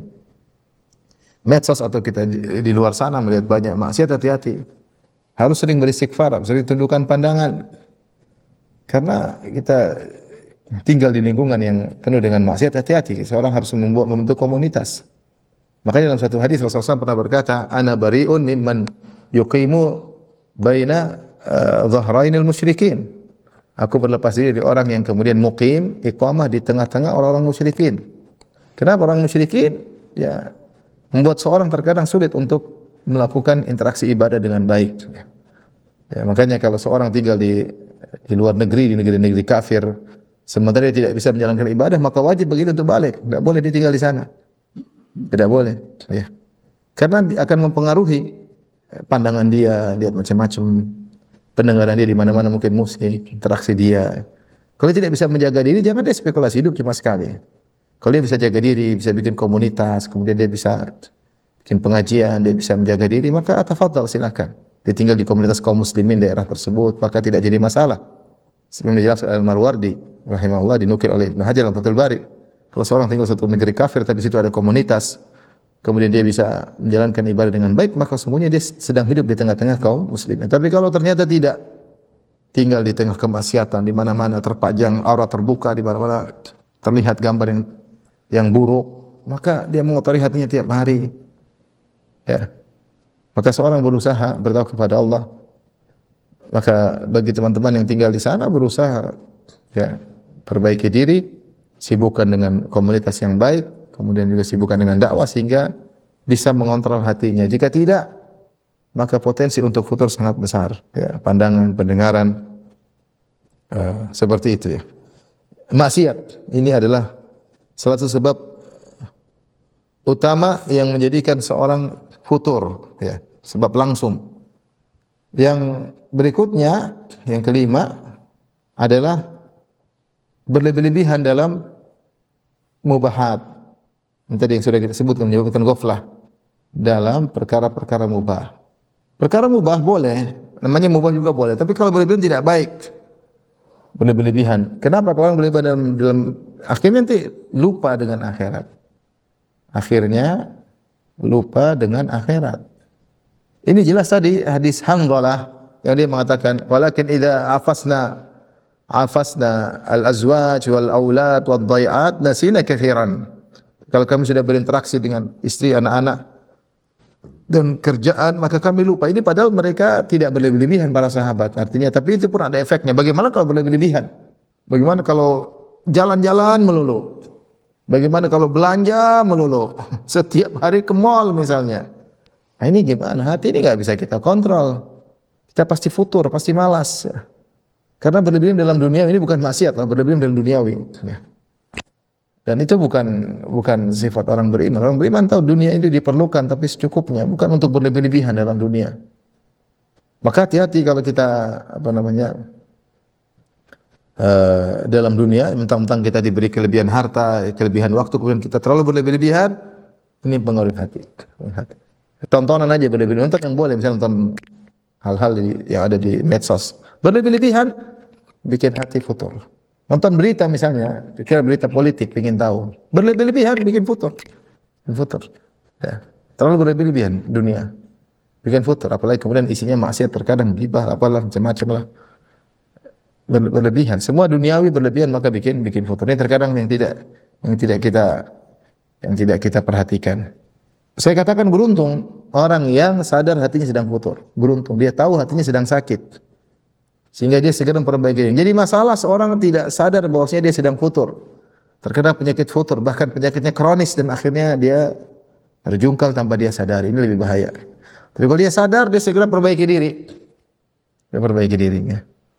medsos atau kita di luar sana melihat banyak maksiat, hati-hati. Harus sering beristighfar, sering tundukkan pandangan. Karena kita tinggal di lingkungan yang penuh dengan maksiat, hati-hati. Seorang harus membentuk komunitas. Makanya dalam satu hadis Rasulullah SAW pernah berkata, "Ana bari'un mimman yuqimu baina dhahrainil musyrikin." Aku berlepas diri dari orang yang kemudian muqim, iqamah di tengah-tengah orang-orang musyrikin. Kenapa orang musyrikin? Ya, membuat seorang terkadang sulit untuk melakukan interaksi ibadah dengan baik. Ya, makanya kalau seorang tinggal di luar negeri, di negeri-negeri kafir, sementara dia tidak bisa menjalankan ibadah, maka wajib bagi dia untuk balik. Tidak boleh dia tinggal di sana. Tidak boleh. Ya. Karena akan mempengaruhi pandangan dia, lihat macam-macam, pendengaran dia di mana-mana mungkin musik, interaksi dia. Kalau dia tidak bisa menjaga diri, jangan dia spekulasi hidup cuma sekali. Kalau dia bisa jaga diri, bisa bikin komunitas, kemudian dia bisa bikin pengajian, dia bisa menjaga diri, maka tafadhal, silakan. Dia tinggal di komunitas kaum muslimin daerah tersebut, maka tidak jadi masalah. Sebelum dijelaskan Al-Marwardi rahimahullah, dinukil oleh Ibnu Hajar dalam Fathul Bari. Kalau seorang tinggal satu negeri kafir tapi di situ ada komunitas, kemudian dia bisa menjalankan ibadah dengan baik, maka semuanya dia sedang hidup di tengah-tengah kaum muslimin. Tapi kalau ternyata tidak, tinggal di tengah kemaksiatan, di mana-mana terpajang aurat terbuka, di mana-mana terlihat gambar yang buruk, maka dia mengotori hatinya tiap hari. Ya. Maka seorang berusaha bertawakal kepada Allah. Maka bagi teman-teman yang tinggal di sana berusaha, ya, perbaiki diri, sibukkan dengan komunitas yang baik, kemudian juga sibukkan dengan dakwah sehingga bisa mengontrol hatinya. Jika tidak, maka potensi untuk futur sangat besar. Ya, pandangan, pendengaran, seperti itu ya. Maksiat ini adalah salah satu sebab utama yang menjadikan seorang futur, ya, sebab langsung. Yang berikutnya, yang kelima adalah berlebih-lebihan dalam mubahat. Yang tadi yang sudah kita sebutkan menyebabkan ghaflah dalam perkara-perkara mubah. Perkara mubah boleh, namanya mubah juga boleh, tapi kalau berlebihan tidak baik. Berlebihan. Kenapa? Kalau orang berlebihan dalam akhirnya nanti lupa dengan akhirat. Akhirnya lupa dengan akhirat. Ini jelas tadi hadis Hanzalah yang dia mengatakan, walakin idza afasna al-azwaj wal aulad wad dhai'at nasina katsiran. Kalau kami sudah berinteraksi dengan istri, anak-anak dan kerjaan, maka kami lupa. Ini padahal mereka tidak berlebihan para sahabat. Artinya, tapi itu pun ada efeknya. Bagaimana kalau berlebihan? Bagaimana kalau jalan-jalan melulu? Bagaimana kalau belanja melulu? Setiap hari ke mall misalnya. Nah, ini gimana? Hati ini nggak bisa kita kontrol. Kita pasti futur, pasti malas. Karena berlebihan dalam dunia ini bukan maksiat, berlebihan dalam duniawi. Dan itu bukan sifat orang beriman. Orang beriman tahu dunia itu diperlukan, tapi secukupnya, bukan untuk berlebihan dalam dunia. Maka hati-hati kalau kita dalam dunia, mentang-mentang kita diberi kelebihan harta, kelebihan waktu, kemudian kita terlalu berlebihan, ini pengaruh hati. Tontonan aja berlebihan, nonton yang boleh, misalnya nonton hal-hal yang ada di medsos. Berlebihan bikin hati futur. Nonton berita misalnya, kira berita politik, ingin tahu. Berlebihan bikin futur. Ya. Terlalu berlebihan dunia. Bikin futur, apalagi kemudian isinya maksiat, terkadang ghibah, apalah macam-macam lah. Berlebihan. Semua duniawi berlebihan maka bikin futur. Ini terkadang yang tidak kita perhatikan. Saya katakan beruntung orang yang sadar hatinya sedang futur. Beruntung, dia tahu hatinya sedang sakit. Sehingga dia segera memperbaiki. Jadi masalah seorang tidak sadar bahwasanya dia sedang futur. Terkena penyakit futur, bahkan penyakitnya kronis dan akhirnya dia terjungkal tanpa dia sadari. Ini lebih bahaya. Tapi kalau dia sadar, dia segera perbaiki diri. Dia perbaiki dirinya.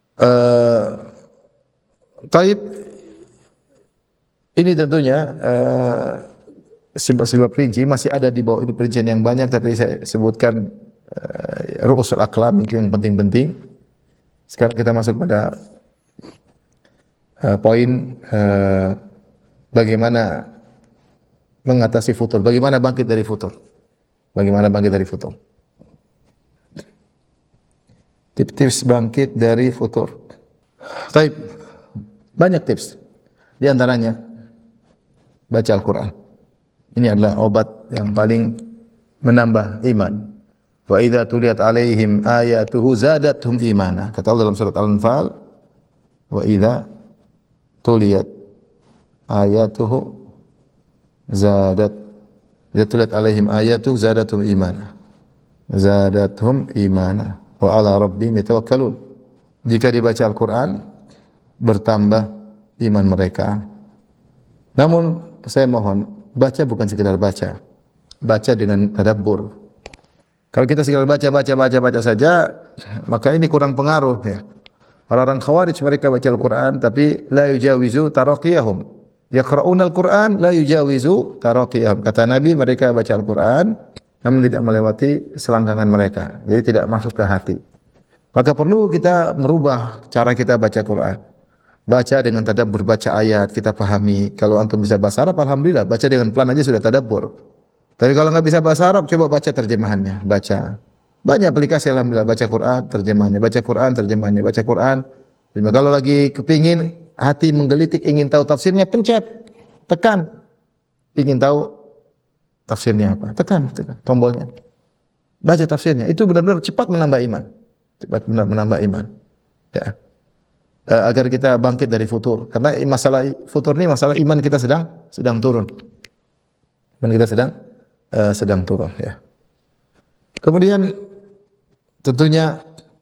Taib ini tentunya sebab rinci masih ada di bawah ini perincian yang banyak, tapi saya sebutkan ru'usul aqlam yang penting-penting. Sekarang kita masuk pada poin bagaimana mengatasi futur, bagaimana bangkit dari futur. Tips bangkit dari futur. Taib, banyak tips. Di antaranya baca Al-Quran. Ini adalah obat yang paling menambah iman. Wa idza tuliyat alaihim ayatuhu zadatuhum imana. Kata Allah dalam surat Al-Anfal, wa idza tuliyat ayatuhu tuliyat alaihim ayatuhu zadatuhum imana. Zadatuhum imana wa ala rabbihim yatawakkalun. Jika dibaca Al-Qur'an bertambah iman mereka. Namun saya mohon, baca bukan sekedar baca. Baca dengan tadabbur. Kalau kita sekali baca saja, maka ini kurang pengaruh ya. Orang-orang Khawarij mereka baca Al-Quran tapi la yujawizu taraqiyahum. Yaqra'una Al-Quran la yujawizu taraqiyahum. Kata Nabi, mereka baca Al-Quran namun tidak melewati selangkangan mereka. Jadi tidak masuk ke hati. Maka perlu kita merubah cara kita baca Quran. Baca dengan tadabbur, baca ayat, kita pahami. Kalau antum bisa bahasa Arab, alhamdulillah. Baca dengan pelan aja sudah tadabbur. Tapi kalau nggak bisa bahasa Arab, coba baca terjemahannya, baca. Banyak aplikasi alhamdulillah, baca Quran, terjemahannya, baca Quran, terjemahannya, baca Quran. Kalau lagi kepingin, hati menggelitik, ingin tahu tafsirnya, pencet, tekan. Ingin tahu tafsirnya apa, tekan tombolnya. Baca tafsirnya, itu benar-benar cepat menambah iman. Ya. Agar kita bangkit dari futur. Karena masalah futur ini, masalah iman kita sedang turun. Iman kita sedang turun ya. Kemudian tentunya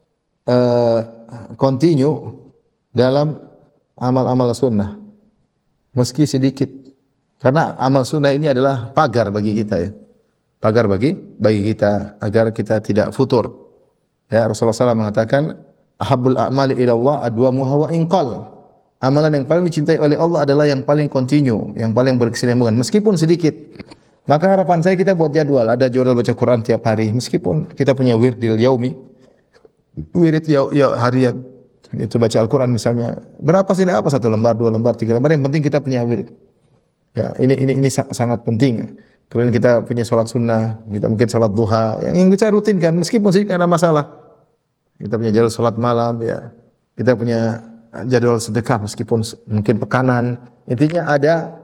continue dalam amal-amal sunnah meski sedikit, karena amal sunnah ini adalah pagar bagi kita ya, pagar bagi kita agar kita tidak futur ya. Rasulullah SAW mengatakan ahabbul a'mali ila Allah adwamuha wa inqal. Amalan yang paling dicintai oleh Allah adalah yang paling continue, yang paling berkesinambungan meskipun sedikit. Maka harapan saya kita buat jadwal, ada jadwal baca Quran tiap hari, meskipun kita punya wirdil yaumi, wirid harian, itu baca Al-Quran misalnya, berapa sih, apa, 1 lembar, 2 lembar, 3 lembar, yang penting kita punya wirid. Ya, ini sangat penting. Kemudian kita punya sholat sunnah, kita mungkin sholat duha, yang kita rutinkan, meskipun sih ada masalah. Kita punya jadwal sholat malam, ya, kita punya jadwal sedekah meskipun mungkin pekanan. Intinya ada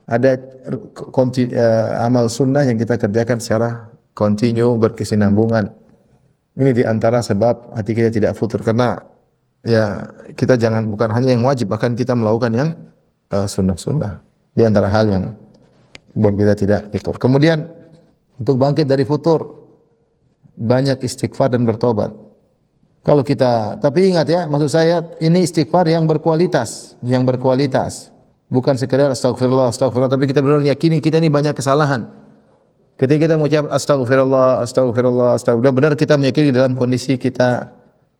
amal sunnah yang kita kerjakan secara kontinu, berkesinambungan. Ini di antara sebab hati kita tidak futur, karena ya kita bukan hanya yang wajib, bahkan kita melakukan yang sunnah-sunnah. Di antara hal yang buat kita tidak futur. Kemudian untuk bangkit dari futur, banyak istighfar dan bertobat. Kalau kita, tapi ingat ya, maksud saya ini istighfar yang berkualitas, bukan sekedar astagfirullah, tapi kita benar yakini kita ini banyak kesalahan. Ketika kita mengucap astagfirullah, benar kita meyakini dalam kondisi kita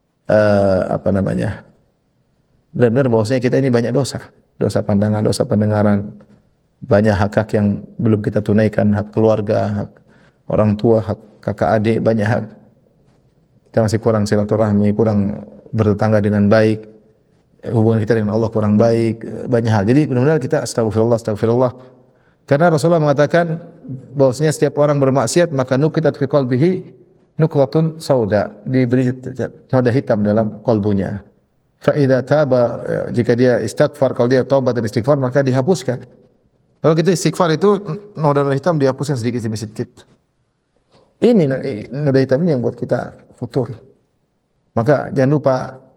benar bahwasanya kita ini banyak dosa pandangan, dosa pendengaran, banyak hak yang belum kita tunaikan, hak keluarga, hak orang tua, hak kakak adik, banyak hak. Kita masih kurang silaturahmi, kurang bertetangga dengan baik, hubungan kita dengan Allah kurang baik, banyak hal. Jadi benar-benar kita astagfirullah. Karena Rasulullah mengatakan bahwasanya setiap orang bermaksiat maka nukitat fi qalbihi nuqratun sauda, diberi noda hitam dalam kalbunya. Fa idza taba, jika dia istighfar, kalau dia taubat dan istighfar maka dihapuskan. Kalau kita istighfar itu noda hitam dihapuskan sedikit demi sedikit. Ini noda hitam ini yang buat kita futur. Maka jangan lupa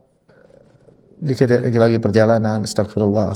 dikit lagi perjalanan astagfirullah.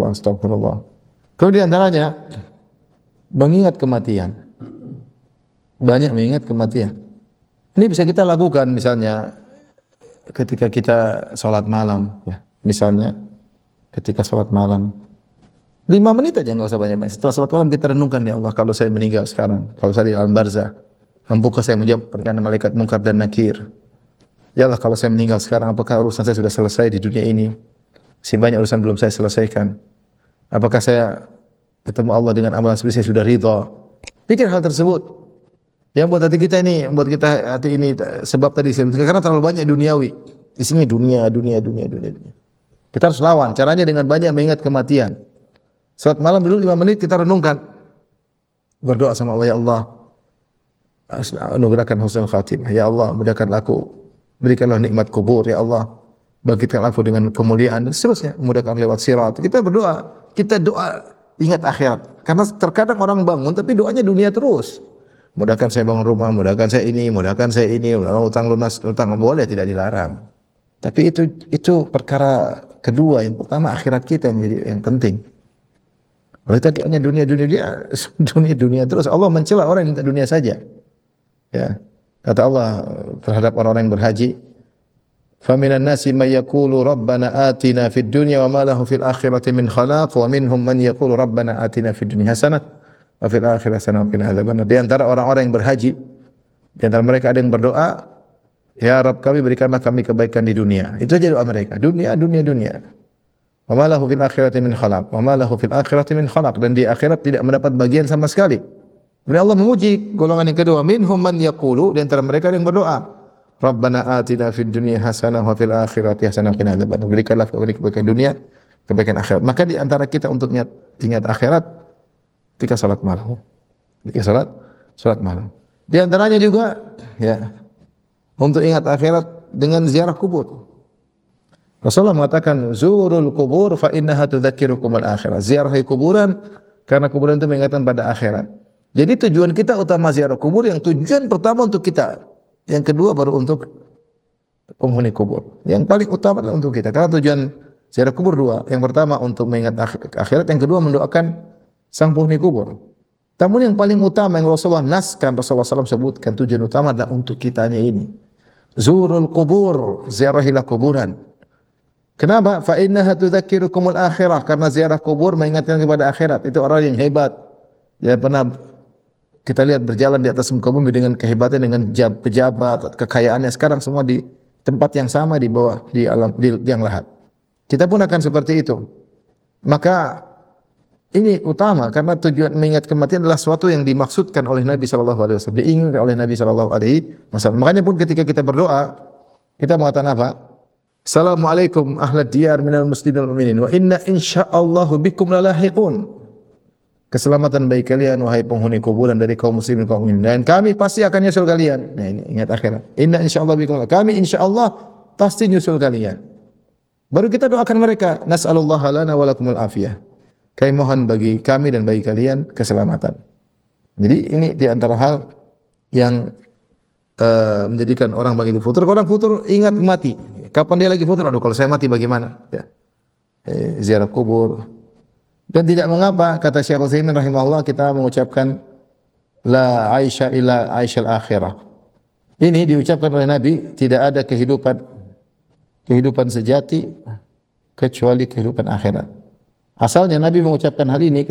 Kalau di antaranya mengingat kematian. Banyak mengingat kematian. Ini bisa kita lakukan misalnya ketika kita sholat malam, ya. Misalnya ketika sholat malam 5 menit aja, nggak usah banyak-banyak. Setelah sholat malam kita renungkan, ya Allah, kalau saya meninggal sekarang, kalau saya di alam barzah, mampukah saya menjawab pertanyaan malaikat Munkar dan Nakir? Ya Allah, kalau saya meninggal sekarang, apakah urusan saya sudah selesai di dunia ini? Masih banyak urusan belum saya selesaikan. Apakah saya ketemu Allah dengan amalan seperti saya sudah ridha? Pikir hal tersebut. Yang buat hati kita ini, sebab tadi saya karena terlalu banyak duniawi. Di sini dunia. Kita harus lawan. Caranya dengan banyak mengingat kematian. Salat malam dulu 5 menit kita renungkan. Berdoa sama Allah, ya Allah, anugerahkan husnul khatimah. Ya Allah, mudahkanlah aku, berikanlah nikmat kubur, ya Allah, bangkitkan aku dengan kemuliaan dan seterusnya, mudahkan lewat sirat. Kita berdoa, kita doa ingat akhirat. Karena terkadang orang bangun tapi doanya dunia terus. Mudahkan saya bangun rumah, mudahkan saya ini, utang lunas, utang boleh, tidak dilarang. Tapi itu perkara kedua. Yang pertama akhirat kita yang menjadi yang penting. Kalau kita hanya dunia terus, Allah mencela orang yang minta dunia saja. Ya. Kata Allah terhadap orang-orang yang berhaji, "Faminan nasi may yaqulu rabbana atina fid dunya wa ma lahu fil akhirati min khalaq wa minhum man yaqulu rabbana atina fid dunya hasanah wa fil akhirati hasanah wa qina adzabannar." Di antara orang-orang yang berhaji, di antara mereka ada yang berdoa, "Ya Rabb kami, berikanlah kami kebaikan di dunia." Itu aja doa mereka. Dunia. Wa ma lahu fil akhirati min khalaq. Wa ma lahu fil akhirati min khalaq. Dan di akhirat tidak mendapat bagian sama sekali. Kemudian Allah memuji golongan yang kedua, minhum man yaqulu, di antara mereka yang berdoa, Rabbana atina fid dunya hasanah wa fil akhirati hasanah wa qina adzabannar. Berikanlah kebaikan dunia, kebaikan akhirat. Maka di antara kita untuk ingat akhirat ketika salat malam. Salat malam. Di antaranya juga ya untuk ingat akhirat dengan ziarah kubur. Rasulullah mengatakan, "Zurul kubur fa innaha tudzakirukum al-akhirah." Ziarahi kuburan karena kuburan itu mengingatkan pada akhirat. Jadi tujuan kita utama ziarah kubur, yang tujuan pertama untuk kita. Yang kedua baru untuk penghuni kubur. Yang paling utama adalah untuk kita. Karena tujuan ziarah kubur dua. Yang pertama untuk mengingat akhirat, yang kedua mendoakan sang penghuni kubur. Namun yang paling utama yang Rasulullah SAW sebutkan, tujuan utama adalah untuk kitanya ini. Zurul kubur, ziarahilah kuburan. Kenapa? Fa innaha tudzakirukumul akhirah, karena ziarah kubur mengingatkan kepada akhirat. Itu orang yang hebat. Ya pernah kita lihat berjalan di atas muka bumi dengan kehebatan, dengan pejabat, kekayaannya, sekarang semua di tempat yang sama di bawah di alam di yang lahat. Kita pun akan seperti itu. Maka ini utama karena tujuan mengingat kematian adalah sesuatu yang dimaksudkan oleh Nabi sallallahu alaihi wasallam, diinginkan oleh Nabi sallallahu alaihi wasallam. Makanya pun ketika kita berdoa, kita mengatakan apa? Assalamualaikum ahlad diyar minal muslimin wal mu'minin wa inna insyaallahu bikum lalahiqun. Keselamatan bagi kalian wahai penghuni kuburan dari kaum muslimin kaum mukminin, dan kami pasti akan nyusul kalian. Nah ini ingat akhirat. Inna insyaallah bikum, kami insyaallah pasti nyusul kalian. Baru kita doakan mereka, nas'alullaha lana wa lakumul afiyah. Kami mohon bagi kami dan bagi kalian keselamatan. Jadi ini di antara hal yang menjadikan orang begitu futur. Kalau orang futur ingat mati. Kapan dia lagi futur? Aduh, kalau saya mati bagaimana? Ya. Ziarah kubur. Dan tidak mengapa, kata Syekh Utsaimin rahimahullah, kita mengucapkan la aisha illa aishal akhirah. Ini diucapkan oleh Nabi, tidak ada kehidupan sejati kecuali kehidupan akhirat. Asalnya Nabi mengucapkan hal ini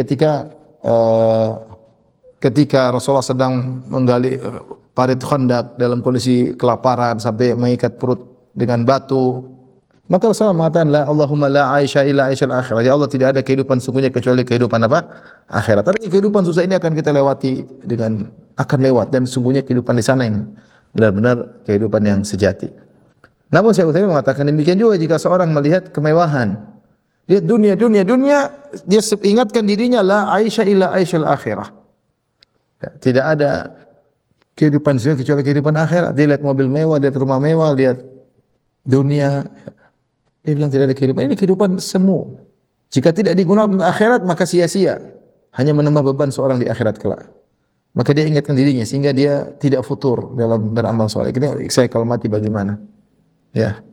ketika Rasulullah sedang menggali parit Khandaq dalam kondisi kelaparan sampai mengikat perut dengan batu. Maka Rasulullah mengatakan, Allahumma la aisha illa aishal akhirah. Ya Allah, tidak ada kehidupan sungguhnya kecuali kehidupan apa? Akhirat. Tapi kehidupan susah ini akan kita lewati akan lewat, dan sungguhnya kehidupan di sana yang benar-benar kehidupan yang sejati. Namun Syekh Utsaimin mengatakan demikian juga jika seorang melihat kemewahan, lihat dunia, dia ingatkan dirinya la aisha illa aishal akhirah. Ya, tidak ada kehidupan sungguhnya kecuali kehidupan akhirat. Dia lihat mobil mewah, lihat rumah mewah, lihat dunia. Dia bilang tidak ada kehidupan. Ini kehidupan semu. Jika tidak digunakan untuk akhirat, maka sia-sia. Hanya menambah beban seorang di akhirat kelak. Maka dia ingatkan dirinya sehingga dia tidak futur dalam beramal soleh. Saya kalau mati bagaimana? Ya.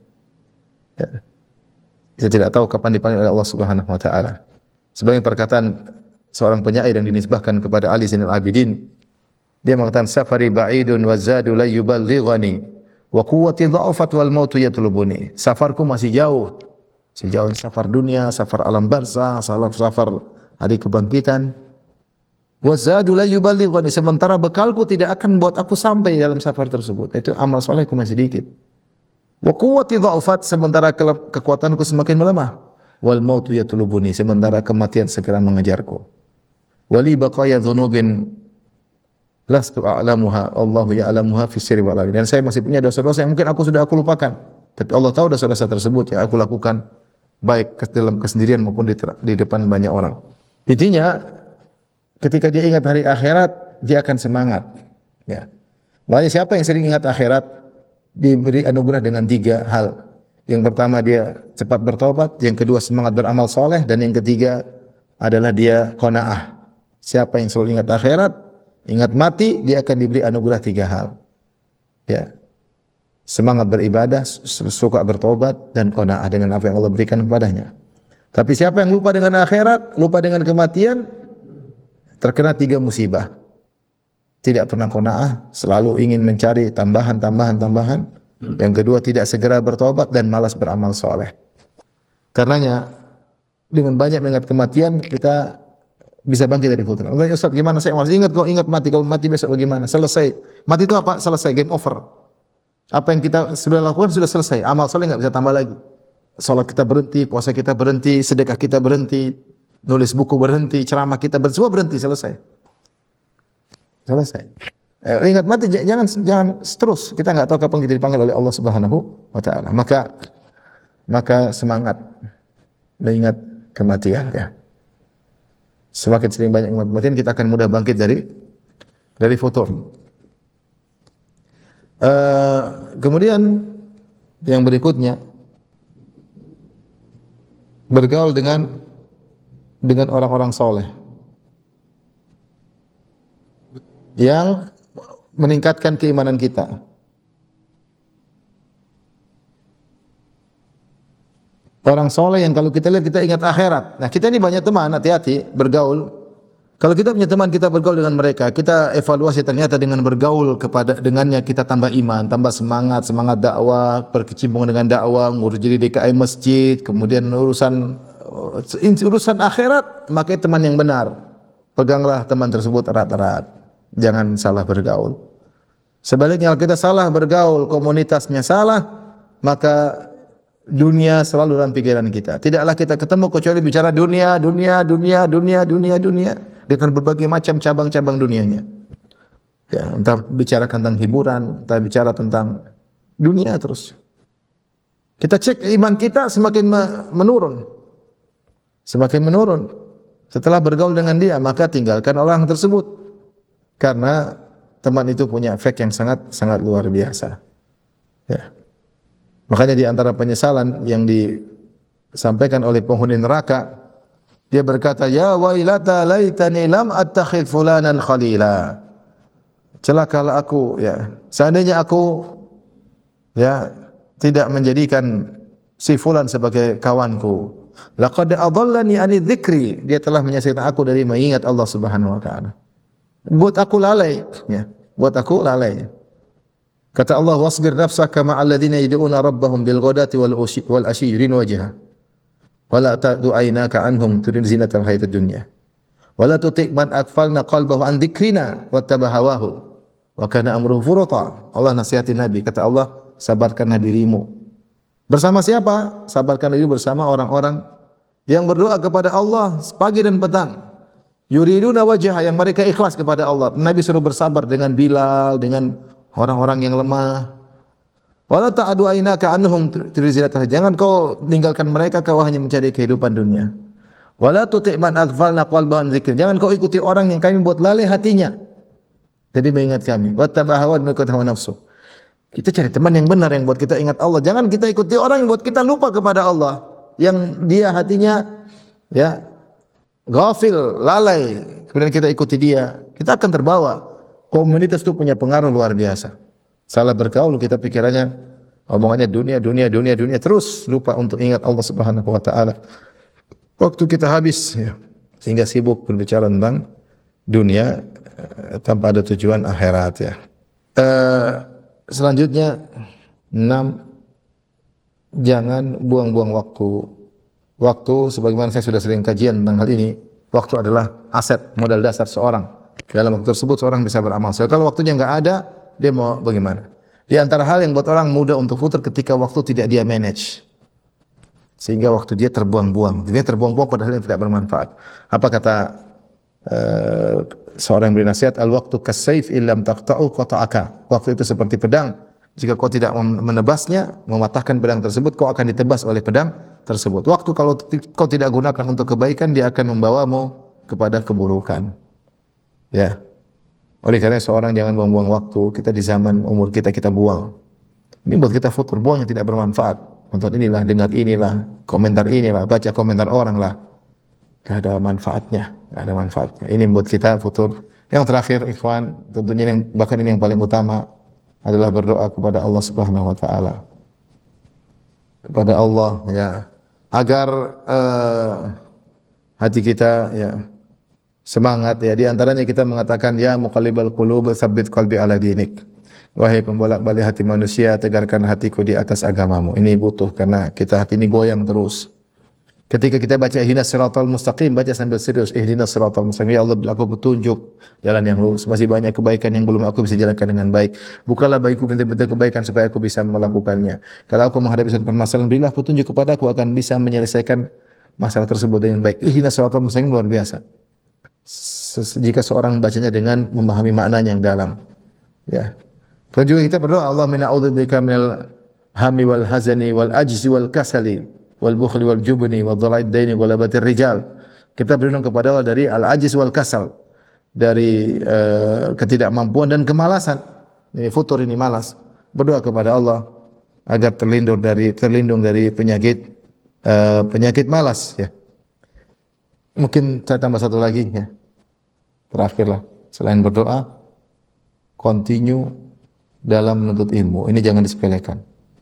Kita tidak tahu kapan dipanggil oleh Allah Subhanahu wa taala. Sebagai perkataan seorang penyair yang dinisbahkan kepada Ali Zainal Abidin, dia mengatakan safari ba'idun wa zadu la yuballighani. Wa quwwati dha'afat wal mautu yatlubuni. Safarku masih jauh. Sejauh safar dunia, safar alam barzah, safar hari kebangkitan. Wa zadu la yuballighuni, sementara bekalku tidak akan membuat aku sampai dalam safar tersebut. Itu amal salehku masih sedikit. Wa quwwati dha'afat, sementara kekuatanku semakin melemah. Wal mautu yatlubuni, sementara kematian segera mengejarku. Wali baqaya dzunubin lastu a'lamuha, Allahu ya'lamuha fi sirri wal alani. Dan saya masih punya dosa-dosa yang mungkin aku lupakan, tapi Allah tahu dosa-dosa tersebut yang aku lakukan, baik dalam kesendirian maupun di depan banyak orang. Intinya ketika dia ingat hari akhirat, dia akan semangat. Ya. Makanya siapa yang sering ingat akhirat diberi anugerah dengan 3 hal. Yang pertama dia cepat bertobat, yang kedua semangat beramal soleh, dan yang ketiga adalah dia qanaah. Siapa yang selalu ingat akhirat, ingat mati, dia akan diberi anugerah 3 hal. Ya. Semangat beribadah, suka bertobat, dan qanaah dengan apa yang Allah berikan kepadanya. Tapi siapa yang lupa dengan akhirat, lupa dengan kematian, terkena 3 musibah. Tidak pernah qanaah, selalu ingin mencari tambahan. Yang kedua, tidak segera bertobat dan malas beramal soleh. Karenanya, dengan banyak mengingat kematian, kita bisa bangkit dari futur. Ustaz, gimana saya masih ingat? Kau ingat mati, kalau mati besok bagaimana? Selesai. Mati itu apa? Selesai, game over. Apa yang kita sudah lakukan sudah selesai. Amal soleh nggak bisa tambah lagi. Salat kita berhenti, puasa kita berhenti, sedekah kita berhenti, nulis buku berhenti, ceramah kita berhenti, semua berhenti, selesai. Ingat mati, jangan terus. Kita nggak tahu kapan kita dipanggil oleh Allah Subhanahu wa taala. Maka semangat mengingat kematian, ya. Semakin sering banyak ingat kematian, kita akan mudah bangkit dari futur. Kemudian yang berikutnya, bergaul dengan orang-orang soleh yang meningkatkan keimanan kita. Orang soleh yang kalau kita lihat, kita ingat akhirat. Nah, kita ini banyak teman, hati-hati bergaul. Kalau kita punya teman, kita bergaul dengan mereka, kita evaluasi, ternyata dengan bergaul dengannya kita tambah iman, tambah semangat dakwah, berkecimpung dengan dakwah, ngurus jadi DKI masjid, kemudian urusan akhirat, maka teman yang benar. Peganglah teman tersebut erat-erat. Jangan salah bergaul. Sebaliknya kalau kita salah bergaul, komunitasnya salah, maka dunia selalu dalam pikiran kita. Tidaklah kita ketemu kecuali bicara dunia dengan berbagai macam cabang-cabang dunianya. Ya, entah bicara tentang hiburan, entah bicara tentang dunia terus. Kita cek iman kita semakin menurun. Semakin menurun. Setelah bergaul dengan dia, maka tinggalkan orang tersebut. Karena teman itu punya efek yang sangat luar biasa. Ya. Makanya di antara penyesalan yang disampaikan oleh penghuni neraka. Dia berkata, "Ya wailata laitani lam attakhidh fulanan khalila." Celakalah aku, ya. Seandainya aku ya tidak menjadikan si fulan sebagai kawanku. Laqad adallani ani dzikri. Dia telah menyesatkan aku dari mengingat Allah Subhanahu wa taala. Buat aku lalai, ya. Buat aku lalai. Kata Allah, "Wasbir nafsaka ma'al ladzina yad'una rabbahum bil ghadati wal ashi yuridun wajha. Wala ta'du aynaka anhum turid zinatal hayatid dunya. Wala tuti' man aghfalna qalbahu an dzikrina wattaba hawahu wa kana amruhu furata." Allah nasihati Nabi, kata Allah, sabarkanlah dirimu. Bersama siapa? Sabarkan diri bersama orang-orang yang berdoa kepada Allah pagi dan petang. Yuriduna wajha, yang mereka ikhlas kepada Allah. Nabi suruh bersabar dengan Bilal, dengan orang-orang yang lemah. Wala ta'du aynaka anhum turizinatal. Jangan kau tinggalkan mereka, kau hanya mencari kehidupan dunia. Wala tuti' man aghfalna qalbahu an dzikr. Jangan kau ikuti orang yang kami buat lalai hatinya jadi mengingat kami. Wattaba hawa nafsu. Kita cari teman yang benar yang buat kita ingat Allah. Jangan kita ikuti orang yang buat kita lupa kepada Allah, yang dia hatinya ya ghafil, lalai. Kemudian kita ikuti dia, kita akan terbawa. Komunitas itu punya pengaruh luar biasa. Salah bergaul, kita pikirannya omongannya dunia, terus lupa untuk ingat Allah Subhanahu wa taala. Waktu kita habis ya, sehingga sibuk berbicara tentang dunia tanpa ada tujuan akhirat ya. Selanjutnya 6, jangan buang-buang waktu. Waktu, sebagaimana saya sudah sering kajian tentang hal ini, waktu adalah aset, modal dasar seorang. Dalam waktu tersebut seorang bisa beramal. So, kalau waktunya enggak ada, dia mau bagaimana? Di antara hal yang buat orang mudah untuk futur ketika waktu tidak dia manage, sehingga waktu dia terbuang-buang. Dia terbuang-buang padahal yang tidak bermanfaat. Apa kata seorang yang beri nasihat, al-waqtu kas-sayf illam taqta'u qata'aka. Waktu itu seperti pedang, jika kau tidak menebasnya, mematahkan pedang tersebut, kau akan ditebas oleh pedang tersebut. Waktu kalau kau tidak gunakan untuk kebaikan, dia akan membawamu kepada keburukan. Ya. Oleh karena seorang jangan buang-buang waktu. Kita di zaman umur kita buang. Ini buat kita futur, buang yang tidak bermanfaat. Nonton inilah, dengar inilah, komentar inilah, baca komentar orang lah. Gak ada manfaatnya, gak ada manfaatnya. Ini buat kita futur. Yang terakhir, ikhwan, tentunya yang bahkan ini yang paling utama adalah berdoa kepada Allah Subhanahu wa taala. Kepada Allah ya, agar hati kita ya semangat ya. Di antaranya kita mengatakan, ya muqallibal qulub tsabbit qalbi ala dinik. Wahai pembolak-balik hati manusia, tegarkan hatiku di atas agamamu. Ini butuh karena kita hati ini goyang terus. Ketika kita baca ihdinas siratal mustaqim, baca sambil serius, ihdinas siratal mustaqim. Ya Allah, beri aku petunjuk jalan yang lurus. Masih banyak kebaikan yang belum aku bisa jalankan dengan baik. Bukalah bagiku pintu-pintu kebaikan supaya aku bisa melakukannya. Kalau aku menghadapi suatu permasalahan, berilah petunjuk kepada aku akan bisa menyelesaikan masalah tersebut dengan baik. Ihdinas siratal mustaqim luar biasa. Jika seorang membacanya dengan memahami maknanya yang dalam. Ya. Dan juga kita berdoa, Allah mina'udzubika minal hammi wal hazani wal ajzi wal kasali wal bukhli wal jubni wal dhala'id daini wal abatir rijal. Kita berlindung kepada Allah dari al-ajiz wal kasal, dari ketidakmampuan dan kemalasan. Ini futur, ini malas. Berdoa kepada Allah agar terlindung dari penyakit malas ya. Mungkin saya tambah satu lagi ya. Terakhirlah, selain berdoa, continue dalam menuntut ilmu. Ini jangan disepelekan.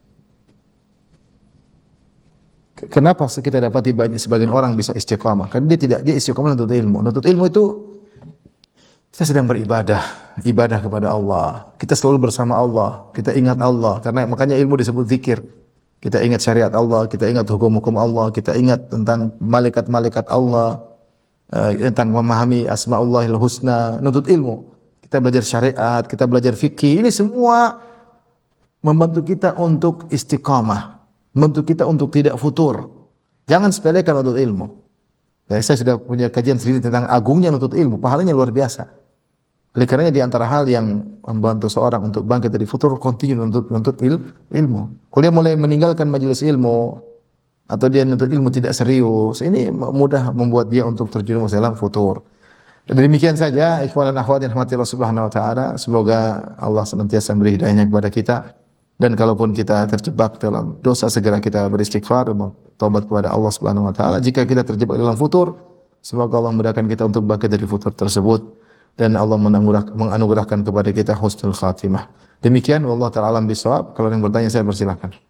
Kenapa kita dapati banyak sebagian orang bisa istiqamah? Karena dia istiqamah menuntut ilmu. Menuntut ilmu itu kita sedang beribadah, ibadah kepada Allah. Kita selalu bersama Allah, kita ingat Allah. Karena makanya ilmu disebut zikir. Kita ingat syariat Allah, kita ingat hukum-hukum Allah, kita ingat tentang malaikat-malaikat Allah, tentang memahami asma'ullahil husna, nuntut ilmu. Kita belajar syariat, kita belajar fikih. Ini semua membantu kita untuk istiqamah, membantu kita untuk tidak futur. Jangan sepelekan nuntut ilmu. Ya, saya sudah punya kajian sendiri tentang agungnya nuntut ilmu, pahalanya luar biasa. Oleh karenanya di antara hal yang membantu seorang untuk bangkit dari futur, continue nuntut ilmu. Kalau dia mulai meninggalkan majelis ilmu atau dia nuntut ilmu tidak serius, ini mudah membuat dia untuk terjerumus dalam futur. Dan demikian saja ikhwan dan akhwat yang dirahmati Allah Subhanahu wa taala. Semoga Allah senantiasa memberi hidayahnya kepada kita Dan kalaupun kita terjebak dalam dosa, segera kita beristighfar dan taubat kepada Allah Subhanahu wa taala. Jika kita terjebak dalam futur, semoga Allah memudahkan kita untuk bangkit dari futur tersebut dan Allah menganugerahkan kepada kita husnul khatimah. Demikian, wallahu taala alam bisawab. Kalau yang bertanya saya persilahkan.